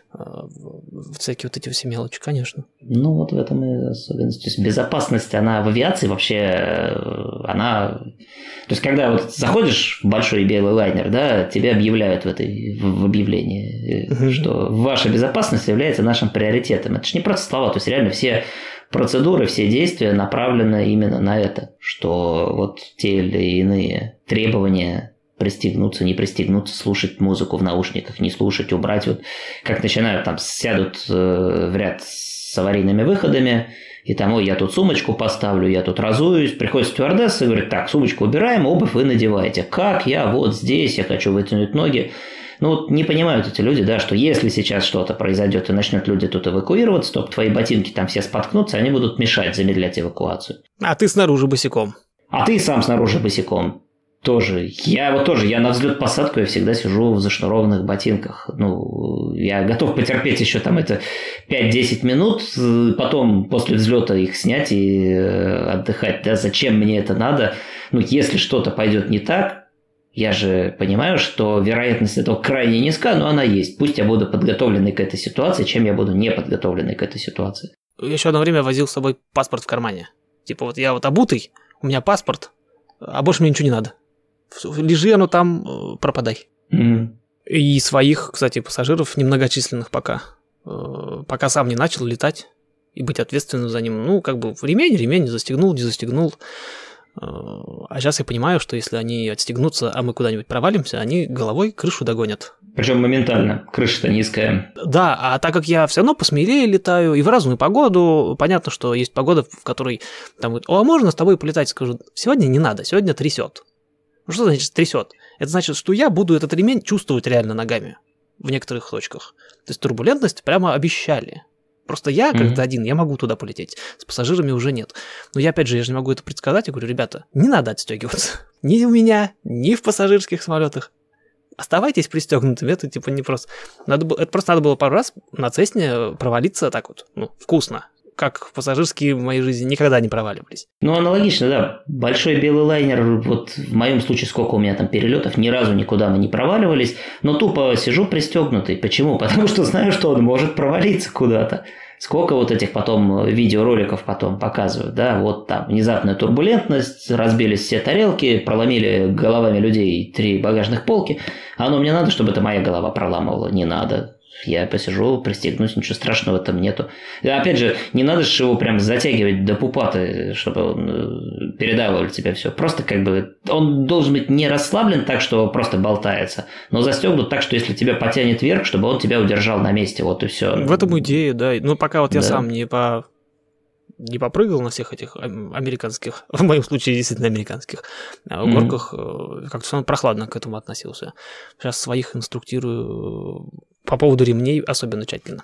Всякие вот эти все мелочи, конечно. Ну, вот в этом и особенность. То есть безопасность, она в авиации вообще, она... То есть, когда вот заходишь в большой белый лайнер, да, тебе объявляют в, этой, в объявлении, uh-huh. что ваша безопасность является нашим приоритетом. Это же не просто слова, то есть, реально все процедуры, все действия направлены именно на это, что вот те или иные требования... пристегнуться, не пристегнуться, слушать музыку в наушниках, не слушать, убрать. Вот как начинают, там, сядут э, в ряд с аварийными выходами, и там, ой, я тут сумочку поставлю, я тут разуюсь. Приходит стюардесса и говорит, так, сумочку убираем, обувь вы надеваете. Как? Я вот здесь, я хочу вытянуть ноги. Ну, вот не понимают эти люди, да, что если сейчас что-то произойдет и начнут люди тут эвакуироваться, то твои ботинки там все споткнутся, они будут мешать замедлять эвакуацию. А ты снаружи босиком. А ты сам снаружи босиком. Тоже. Я вот тоже, я на взлет-посадку я всегда сижу в зашнурованных ботинках. Ну, я готов потерпеть еще там это пять-десять минут, потом после взлета их снять и отдыхать. Да, зачем мне это надо? Ну, если что-то пойдет не так, я же понимаю, что вероятность этого крайне низка, но она есть. Пусть я буду подготовленный к этой ситуации, чем я буду не подготовленный к этой ситуации. Я еще одно время возил с собой паспорт в кармане. Типа вот я вот обутый, у меня паспорт, а больше мне ничего не надо. Лежи оно там, пропадай. Mm-hmm. И своих, кстати, пассажиров немногочисленных пока. Пока сам не начал летать и быть ответственным за ним. Ну, как бы ремень, ремень застегнул, не застегнул. А сейчас я понимаю, что если они отстегнутся, а мы куда-нибудь провалимся, они головой крышу догонят. Причем моментально, крыша-то низкая. Да, а так как я все равно посмелее летаю и в разную погоду, понятно, что есть погода, в которой там говорят, о, а можно с тобой полетать? Скажу, сегодня не надо, сегодня трясет. Ну что значит трясет? Это значит, что я буду этот ремень чувствовать реально ногами в некоторых точках. То есть турбулентность прямо обещали. Просто я, mm-hmm. как-то один, я могу туда полететь. С пассажирами уже нет. Но я, опять же, я же не могу это предсказать. Я говорю, ребята, не надо отстегиваться. Ни у меня, ни в пассажирских самолетах. Оставайтесь пристегнутыми. Это типа не просто... Надо было... Это просто надо было пару раз на Цесне провалиться так вот, ну, вкусно. Как пассажирские в моей жизни никогда не проваливались. Ну, аналогично, да. Большой белый лайнер, вот в моем случае сколько у меня там перелетов, ни разу никуда мы не проваливались, но тупо сижу пристегнутый. Почему? Потому что знаю, что он может провалиться куда-то. Сколько вот этих потом видеороликов потом показывают, да, вот там внезапная турбулентность, разбились все тарелки, проломили головами людей три багажных полки, а оно мне надо, чтобы это моя голова проламывала? Не надо. Я посижу, пристегнусь, ничего страшного там нету. И опять же, не надо же его прям затягивать до пупаты, чтобы он передавал тебе все. Просто как бы он должен быть не расслаблен так, что просто болтается, но застегнут так, что если тебя потянет вверх, чтобы он тебя удержал на месте, вот и все. В этом идея, да. Ну, пока вот я да. сам не по... не попрыгал на всех этих американских, в моем случае действительно американских, а в mm-hmm. горках как-то все равно прохладно к этому относился. Сейчас своих инструктирую по поводу ремней особенно тщательно.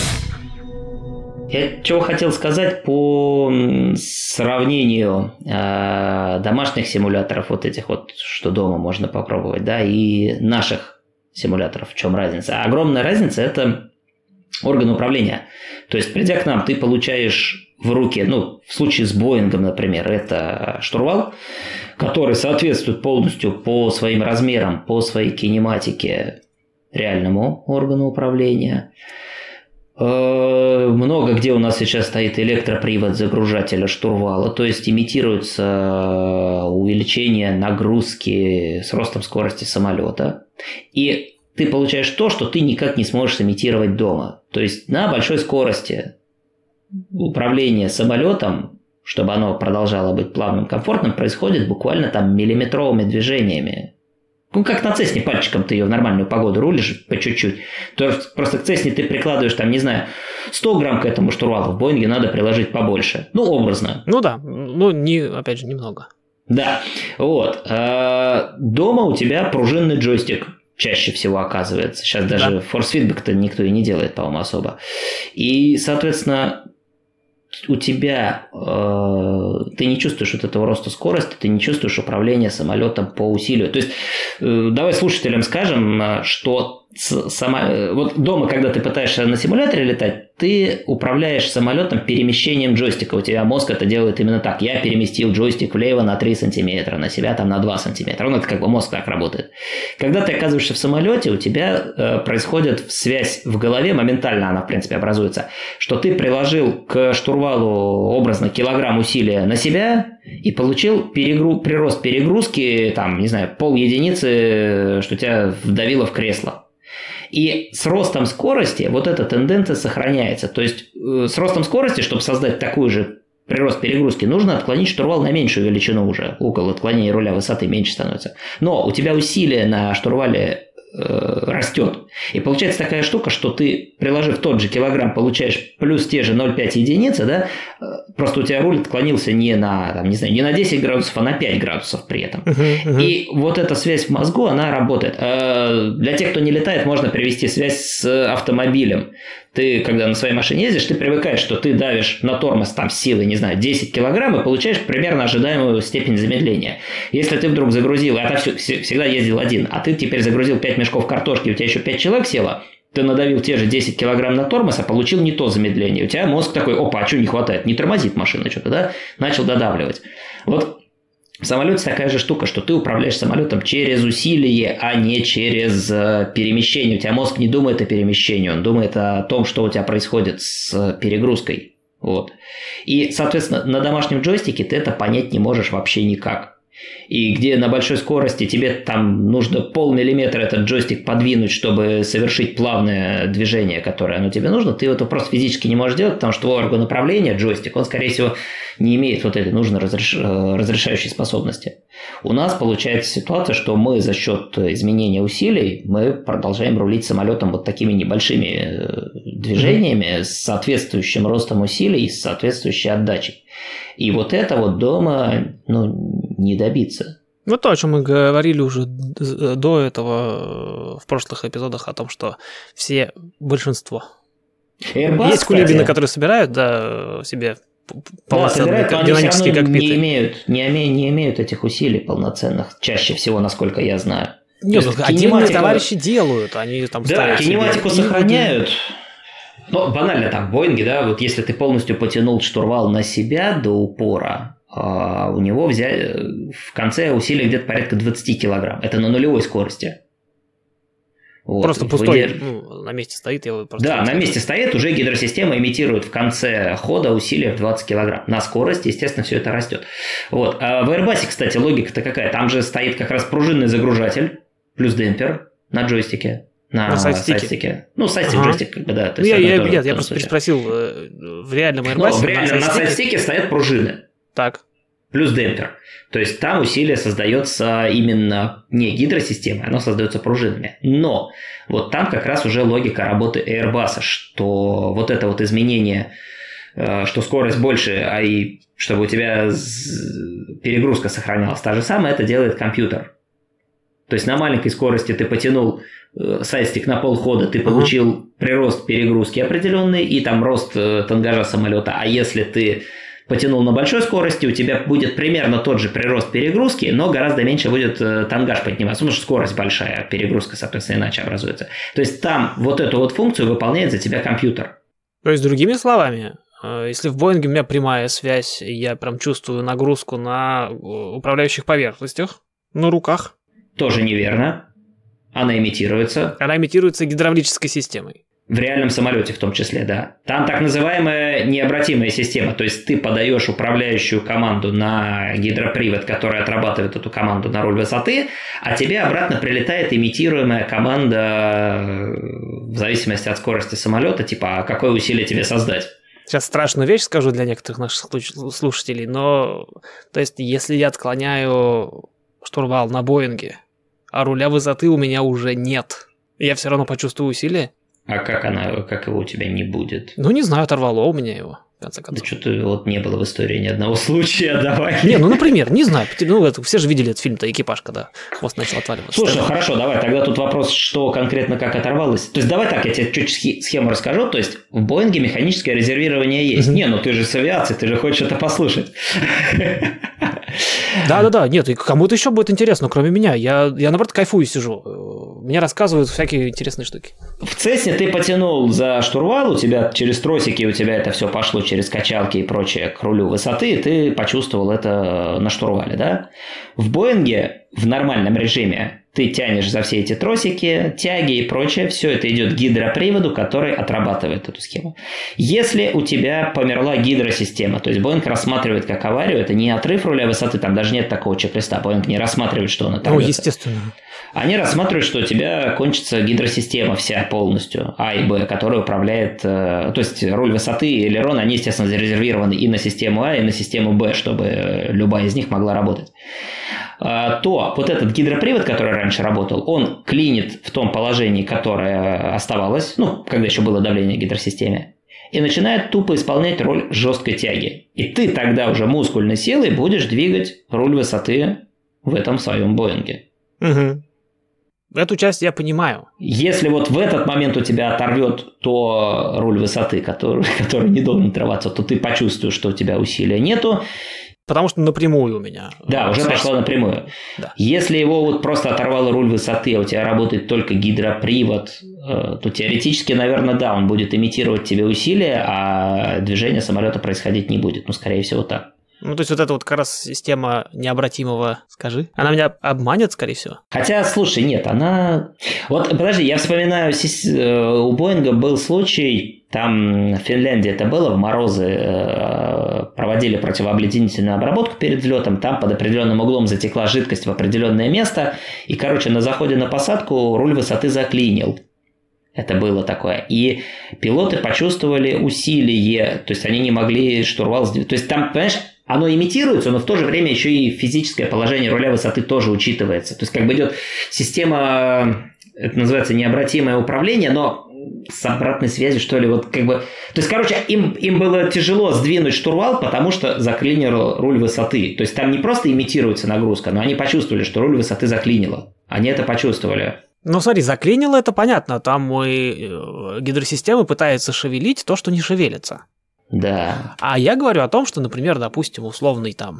Я чего хотел сказать по сравнению э, домашних симуляторов, вот этих вот, что дома можно попробовать, да, и наших симуляторов. В чем разница? Огромная разница – это орган управления. То есть, придя к нам, ты получаешь в руки, ну, в случае с Боингом, например, это штурвал, который соответствует полностью по своим размерам, по своей кинематике реальному органу управления. Много где у нас сейчас стоит электропривод загружателя штурвала, то есть имитируется увеличение нагрузки с ростом скорости самолета. И ты получаешь то, что ты никак не сможешь имитировать дома. То есть на большой скорости управление самолетом, чтобы оно продолжало быть плавным, комфортным, происходит буквально там миллиметровыми движениями. Ну, как на Цесне пальчиком ты ее в нормальную погоду рулишь по чуть-чуть. То есть просто к Цесне ты прикладываешь, там, не знаю, сто грамм к этому штурвалу, в Боинге надо приложить побольше. Ну, образно. Ну да, ну, не, опять же, немного. Да, вот. Дома у тебя пружинный джойстик чаще всего оказывается. Сейчас даже да. форс-фидбэк-то никто и не делает, по-моему, особо. И, соответственно, у тебя э, ты не чувствуешь вот этого роста скорости, ты не чувствуешь управления самолетом по усилию. То есть, э, давай слушателям скажем, что сама, вот дома, когда ты пытаешься на симуляторе летать, ты управляешь самолетом перемещением джойстика. У тебя мозг это делает именно так. Я переместил джойстик влево на три сантиметра, на себя там на два сантиметра. Ну, это как бы мозг так работает. Когда ты оказываешься в самолете, у тебя э, происходит связь в голове, моментально она, в принципе, образуется, что ты приложил к штурвалу образно килограмм усилия на себя и получил перегру... прирост перегрузки, там, не знаю, пол единицы, что тебя вдавило в кресло. И с ростом скорости вот эта тенденция сохраняется. То есть э, с ростом скорости, чтобы создать такой же прирост перегрузки, нужно отклонить штурвал на меньшую величину уже. Угол отклонения руля высоты меньше становится. Но у тебя усилие на штурвале э, растет. И получается такая штука, что ты, приложив тот же килограмм, получаешь плюс те же ноль целых пять десятых единицы, да? Просто у тебя руль отклонился не на, там, не знаю, не на десять градусов, а на пять градусов при этом. Uh-huh, uh-huh. И вот эта связь в мозгу, она работает. Для тех, кто не летает, можно привести связь с автомобилем. Ты, когда на своей машине ездишь, ты привыкаешь, что ты давишь на тормоз там с силой, не знаю, десять килограмм и получаешь примерно ожидаемую степень замедления. Если ты вдруг загрузил, а ты всегда ездил один, а ты теперь загрузил пять мешков картошки, у тебя еще пять человек село, ты надавил те же десять килограмм на тормоз, а получил не то замедление. У тебя мозг такой, опа, а что не хватает? Не тормозит машина что-то, да? Начал додавливать. Вот в самолете такая же штука, что ты управляешь самолетом через усилие, а не через перемещение. У тебя мозг не думает о перемещении, он думает о том, что у тебя происходит с перегрузкой. Вот. И, соответственно, на домашнем джойстике ты это понять не можешь вообще никак. и где на большой скорости тебе там нужно полмиллиметра этот джойстик подвинуть, чтобы совершить плавное движение, которое оно тебе нужно, ты это просто физически не можешь делать, потому что твой орган управления, джойстик, он, скорее всего, не имеет вот этой нужной разреш... разрешающей способности. У нас получается ситуация, что мы за счет изменения усилий мы продолжаем рулить самолетом вот такими небольшими движениями mm-hmm. с соответствующим ростом усилий и с соответствующей отдачей. И вот это вот дома, ну, не добиться. Ну, то, о чем мы говорили уже до этого в прошлых эпизодах, о том, что все, большинство. Airbus, есть кулибины, которые собирают, да, себе полноценные да, динамические кокпиты. Не имеют, не, имеют, не имеют этих усилий полноценных, чаще всего, насколько я знаю. Нет, ну, отдельные кинематика... товарищи делают, они там да, ставят кинематику себе... сохраняют. Ну, банально так, в Боинге, да, вот если ты полностью потянул штурвал на себя до упора, а у него взяли, в конце усилия где-то порядка двадцать килограмм. Это на нулевой скорости. Вот. Просто пустой, Выдерж... ну, на месте стоит. Я просто да, на месте стоит, уже гидросистема имитирует в конце хода усилия в двадцать килограмм. На скорости, естественно, все это растет. Вот. А в Airbus, кстати, логика-то какая? Там же стоит как раз пружинный загружатель плюс демпфер на джойстике. На, на сайдстике. сайдстике. Ну, сайдстик, ага. джойстик, как бы, да. То есть я, я, нет, я просто переспросил, в реальном Airbus... Ну, в реальном на сайдстике стоят пружины. Так. Плюс демпфер. То есть там усилие создается именно не гидросистемой, оно создается пружинами. Но вот там как раз уже логика работы Airbus, что вот это вот изменение, что скорость больше, а и чтобы у тебя перегрузка сохранялась та же самая, это делает компьютер. То есть на маленькой скорости ты потянул сайдстик на полхода, ты получил uh-huh. прирост перегрузки определенный и там рост тангажа самолета. А если ты потянул на большой скорости, у тебя будет примерно тот же прирост перегрузки, но гораздо меньше будет тангаж подниматься, потому что скорость большая, перегрузка, соответственно, иначе образуется. То есть там вот эту вот функцию выполняет за тебя компьютер. То есть, другими словами, если в Боинге у меня прямая связь, я прям чувствую нагрузку на управляющих поверхностях, на руках. Тоже неверно. Она имитируется. Она имитируется гидравлической системой. В реальном самолете в том числе, да. Там так называемая необратимая система. То есть ты подаешь управляющую команду на гидропривод, который отрабатывает эту команду на руль высоты, а тебе обратно прилетает имитируемая команда в зависимости от скорости самолета, типа, а какое усилие тебе создать. Сейчас страшную вещь скажу для некоторых наших слушателей, но то есть если я отклоняю штурвал на Боинге, а руля высоты у меня уже нет, я все равно почувствую усилие. А как она, как его у тебя не будет? Ну, не знаю, оторвало у меня его, в конце концов. Да что-то вот не было в истории ни одного случая, давай. Не, ну, например, не знаю, ну, это, все же видели этот фильм-то «Экипаж», когда хвост начал отваливаться. Слушай, ну, хорошо, давай, тогда тут вопрос, что конкретно как оторвалось. То есть, давай так, я тебе чуть схему расскажу. То есть, в Боинге механическое резервирование есть. Не, ну ты же с авиацией, ты же хочешь это послушать. Да-да-да, нет, и кому-то еще будет интересно, кроме меня. Я, я наоборот, кайфую сижу. Мне рассказывают всякие интересные штуки. В Цесне ты потянул за штурвал, у тебя через тросики, у тебя это все пошло через качалки и прочее к рулю высоты, и ты почувствовал это на штурвале, да? В Боинге в нормальном режиме ты тянешь за все эти тросики, тяги и прочее, все это идет к гидроприводу, который отрабатывает эту схему. Если у тебя померла гидросистема, то есть Боинг рассматривает как аварию, это не отрыв руля высоты, там даже нет такого чек-листа, Боинг не рассматривает, что он оторвется. Ну, естественно. Они рассматривают, что у тебя кончится гидросистема вся полностью, А и Б, которая управляет, то есть руль высоты и элерон, они, естественно, зарезервированы и на систему А, и на систему Б, чтобы любая из них могла работать. То вот этот гидропривод, который раньше работал, он клинит в том положении, которое оставалось, ну, когда еще было давление в гидросистеме, и начинает тупо исполнять роль жесткой тяги. И ты тогда уже мускульной силой будешь двигать руль высоты в этом своем Боинге. Угу. Эту часть я понимаю. Если вот в этот момент у тебя оторвет то руль высоты, который, который не должен отрываться, то ты почувствуешь, что у тебя усилия нету. Потому что напрямую у меня. Да, уже пошло напрямую. Да. Если его вот просто оторвало руль высоты, а у тебя работает только гидропривод, то теоретически, наверное, да, он будет имитировать тебе усилия, а движение самолета происходить не будет. Ну, скорее всего, так. Ну, то есть, вот эта вот как раз система необратимого, скажи, она меня обманет, скорее всего? Хотя, слушай, нет, она... Вот, подожди, я вспоминаю, у Боинга был случай, там в Финляндии это было, в морозы проводили противообледенительную обработку перед взлетом, там под определенным углом затекла жидкость в определенное место, и, короче, на заходе на посадку руль высоты заклинил. Это было такое. И пилоты почувствовали усилие, то есть они не могли штурвал сдвинуть. То есть там, понимаешь, оно имитируется, но в то же время еще и физическое положение руля высоты тоже учитывается. То есть как бы идет система, это называется необратимое управление, но с обратной связью, что ли, вот как бы... То есть, короче, им, им было тяжело сдвинуть штурвал, потому что заклинил руль высоты. То есть там не просто имитируется нагрузка, но они почувствовали, что руль высоты заклинило. Они это почувствовали. Ну, смотри, заклинило, это понятно. Там мы гидросистема пытается шевелить то, что не шевелится. Да. А я говорю о том, что, например, допустим, условный там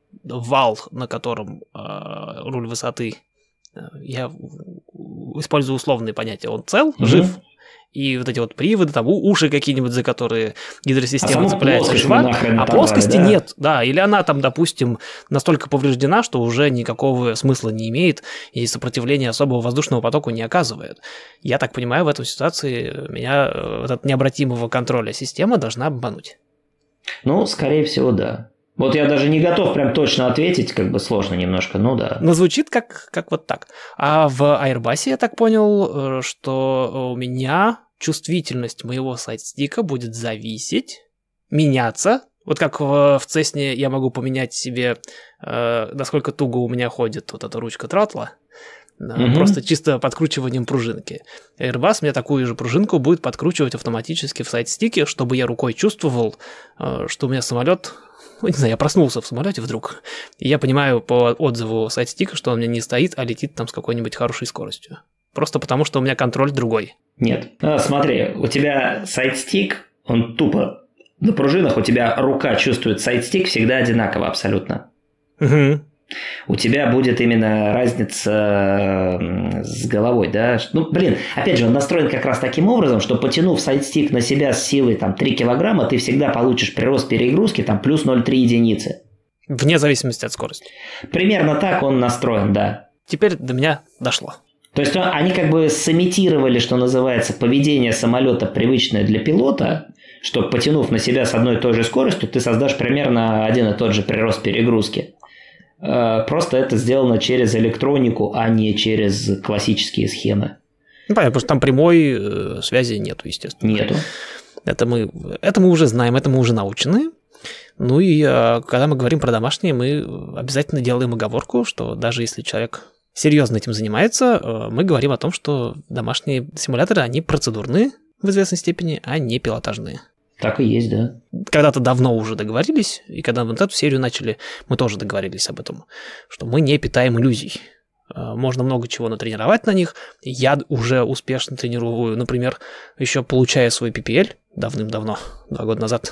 вал, на котором э, руль высоты, э, я использую условные понятия, он цел, угу. жив, и вот эти вот приводы, там уши какие-нибудь, за которые гидросистема а цепляется, жива, а плоскости да? нет, да, или она там, допустим, настолько повреждена, что уже никакого смысла не имеет и сопротивления особого воздушного потоку не оказывает. Я так понимаю, в этой ситуации меня вот от необратимого контроля система должна обмануть. Ну, скорее всего, да. Вот я даже не готов прям точно ответить, как бы сложно немножко, ну да. Но звучит как, как вот так. А в Airbus я так понял, что у меня чувствительность моего сайдстика будет зависеть, меняться. Вот как в, в Cessna я могу поменять себе, э, насколько туго у меня ходит вот эта ручка тротла, угу. просто чисто подкручиванием пружинки. Airbus мне такую же пружинку будет подкручивать автоматически в сайдстике, чтобы я рукой чувствовал, э, что у меня самолет... Ну, не знаю, я проснулся в самолете вдруг, и я понимаю по отзыву сайдстика, что он у меня не стоит, а летит там с какой-нибудь хорошей скоростью. Просто потому, что у меня контроль другой. Нет. А, смотри, у тебя сайдстик, он тупо на пружинах, у тебя рука чувствует сайдстик всегда одинаково абсолютно. Угу. У тебя будет именно разница с головой, да? Ну, блин, опять же, он настроен как раз таким образом, что потянув сайдстик на себя с силой там три килограмма, ты всегда получишь прирост перегрузки там плюс ноль целых три единицы. Вне зависимости от скорости. Примерно так он настроен, да. Теперь до меня дошло. То есть они как бы сымитировали, что называется, поведение самолета, привычное для пилота, что потянув на себя с одной и той же скоростью, ты создашь примерно один и тот же прирост перегрузки. Просто это сделано через электронику, а не через классические схемы. Ну, понятно, потому что там прямой связи нету, естественно. Нету. Это мы, это мы уже знаем, это мы уже научены. Ну и когда мы говорим про домашние, мы обязательно делаем оговорку, что даже если человек серьезно этим занимается, мы говорим о том, что домашние симуляторы, они процедурные в известной степени, а не пилотажные. Так и есть, да. Когда-то давно уже договорились, и когда вот эту серию начали, мы тоже договорились об этом, что мы не питаем иллюзий. Можно много чего натренировать на них. Я уже успешно тренирую, например, еще получая свой пи пи эль давным-давно, два года назад,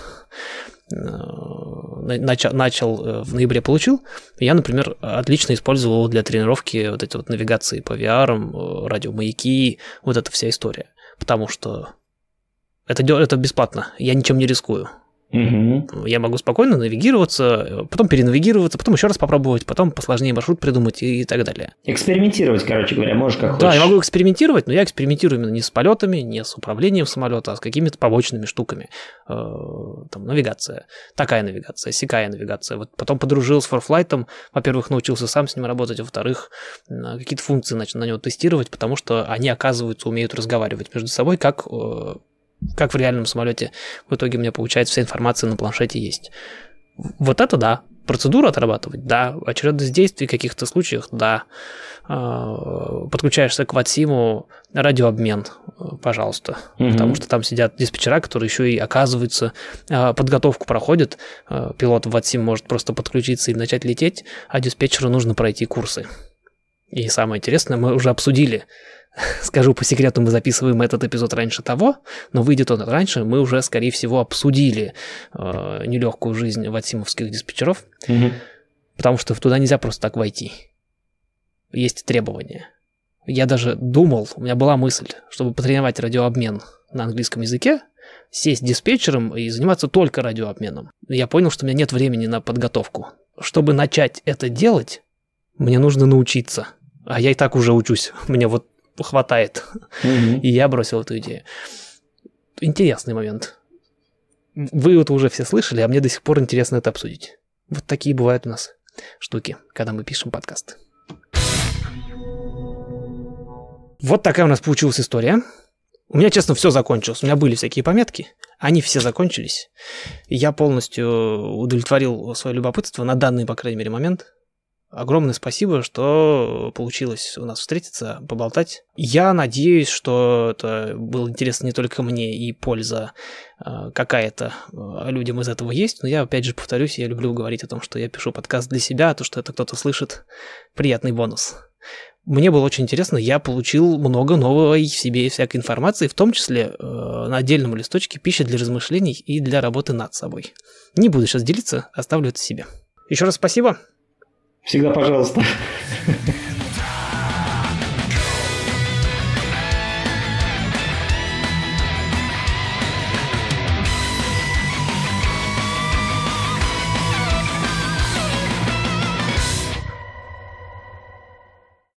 начал, начал в ноябре получил. Я, например, отлично использовал его для тренировки вот эти вот навигации по ви ар, радиомаяки, вот эта вся история. Потому что это, это бесплатно, я ничем не рискую. Угу. Я могу спокойно навигироваться, потом перенавигироваться, потом еще раз попробовать, потом посложнее маршрут придумать и так далее. Экспериментировать, короче говоря, можешь как да, хочешь. Да, я могу экспериментировать, но я экспериментирую именно не с полетами, не с управлением самолета, а с какими-то побочными штуками. Там навигация, такая навигация, сякая навигация. Вот потом подружился с ForFlight, во-первых, научился сам с ним работать, во-вторых, какие-то функции начал на него тестировать, потому что они, оказывается, умеют разговаривать между собой, как... как в реальном самолете в итоге у меня получается вся информация на планшете есть. Вот это да. Процедуру отрабатывать, да. Очередность действий в каких-то случаях, да. Подключаешься к Ватсиму, радиообмен, пожалуйста. Угу. Потому что там сидят диспетчера, которые еще и, оказывается, подготовку проходят. Пилот в Ватсим может просто подключиться и начать лететь, а диспетчеру нужно пройти курсы. И самое интересное, мы уже обсудили. Скажу по секрету, мы записываем этот эпизод раньше того, но выйдет он раньше, мы уже, скорее всего, обсудили э, нелегкую жизнь ватсимовских диспетчеров, угу. потому что туда нельзя просто так войти. Есть требования. Я даже думал, у меня была мысль, чтобы потренировать радиообмен на английском языке, сесть диспетчером и заниматься только радиообменом. Я понял, что у меня нет времени на подготовку. Чтобы начать это делать, мне нужно научиться. А я и так уже учусь. Мне вот хватает. Mm-hmm. И я бросил эту идею. Интересный момент. Вы это уже все слышали, а мне до сих пор интересно это обсудить. Вот такие бывают у нас штуки, когда мы пишем подкасты. Вот такая у нас получилась история. У меня, честно, все закончилось. У меня были всякие пометки, они все закончились. И я полностью удовлетворил свое любопытство на данный, по крайней мере, момент. Огромное спасибо, что получилось у нас встретиться, поболтать. Я надеюсь, что это было интересно не только мне, и польза э, какая-то людям из этого есть. Но я, опять же, повторюсь, я люблю говорить о том, что я пишу подкаст для себя, а то, что это кто-то слышит, приятный бонус. Мне было очень интересно, я получил много новой в себе всякой информации, в том числе э, на отдельном листочке пищи для размышлений и для работы над собой. Не буду сейчас делиться, оставлю это себе. Еще раз спасибо. Всегда пожалуйста.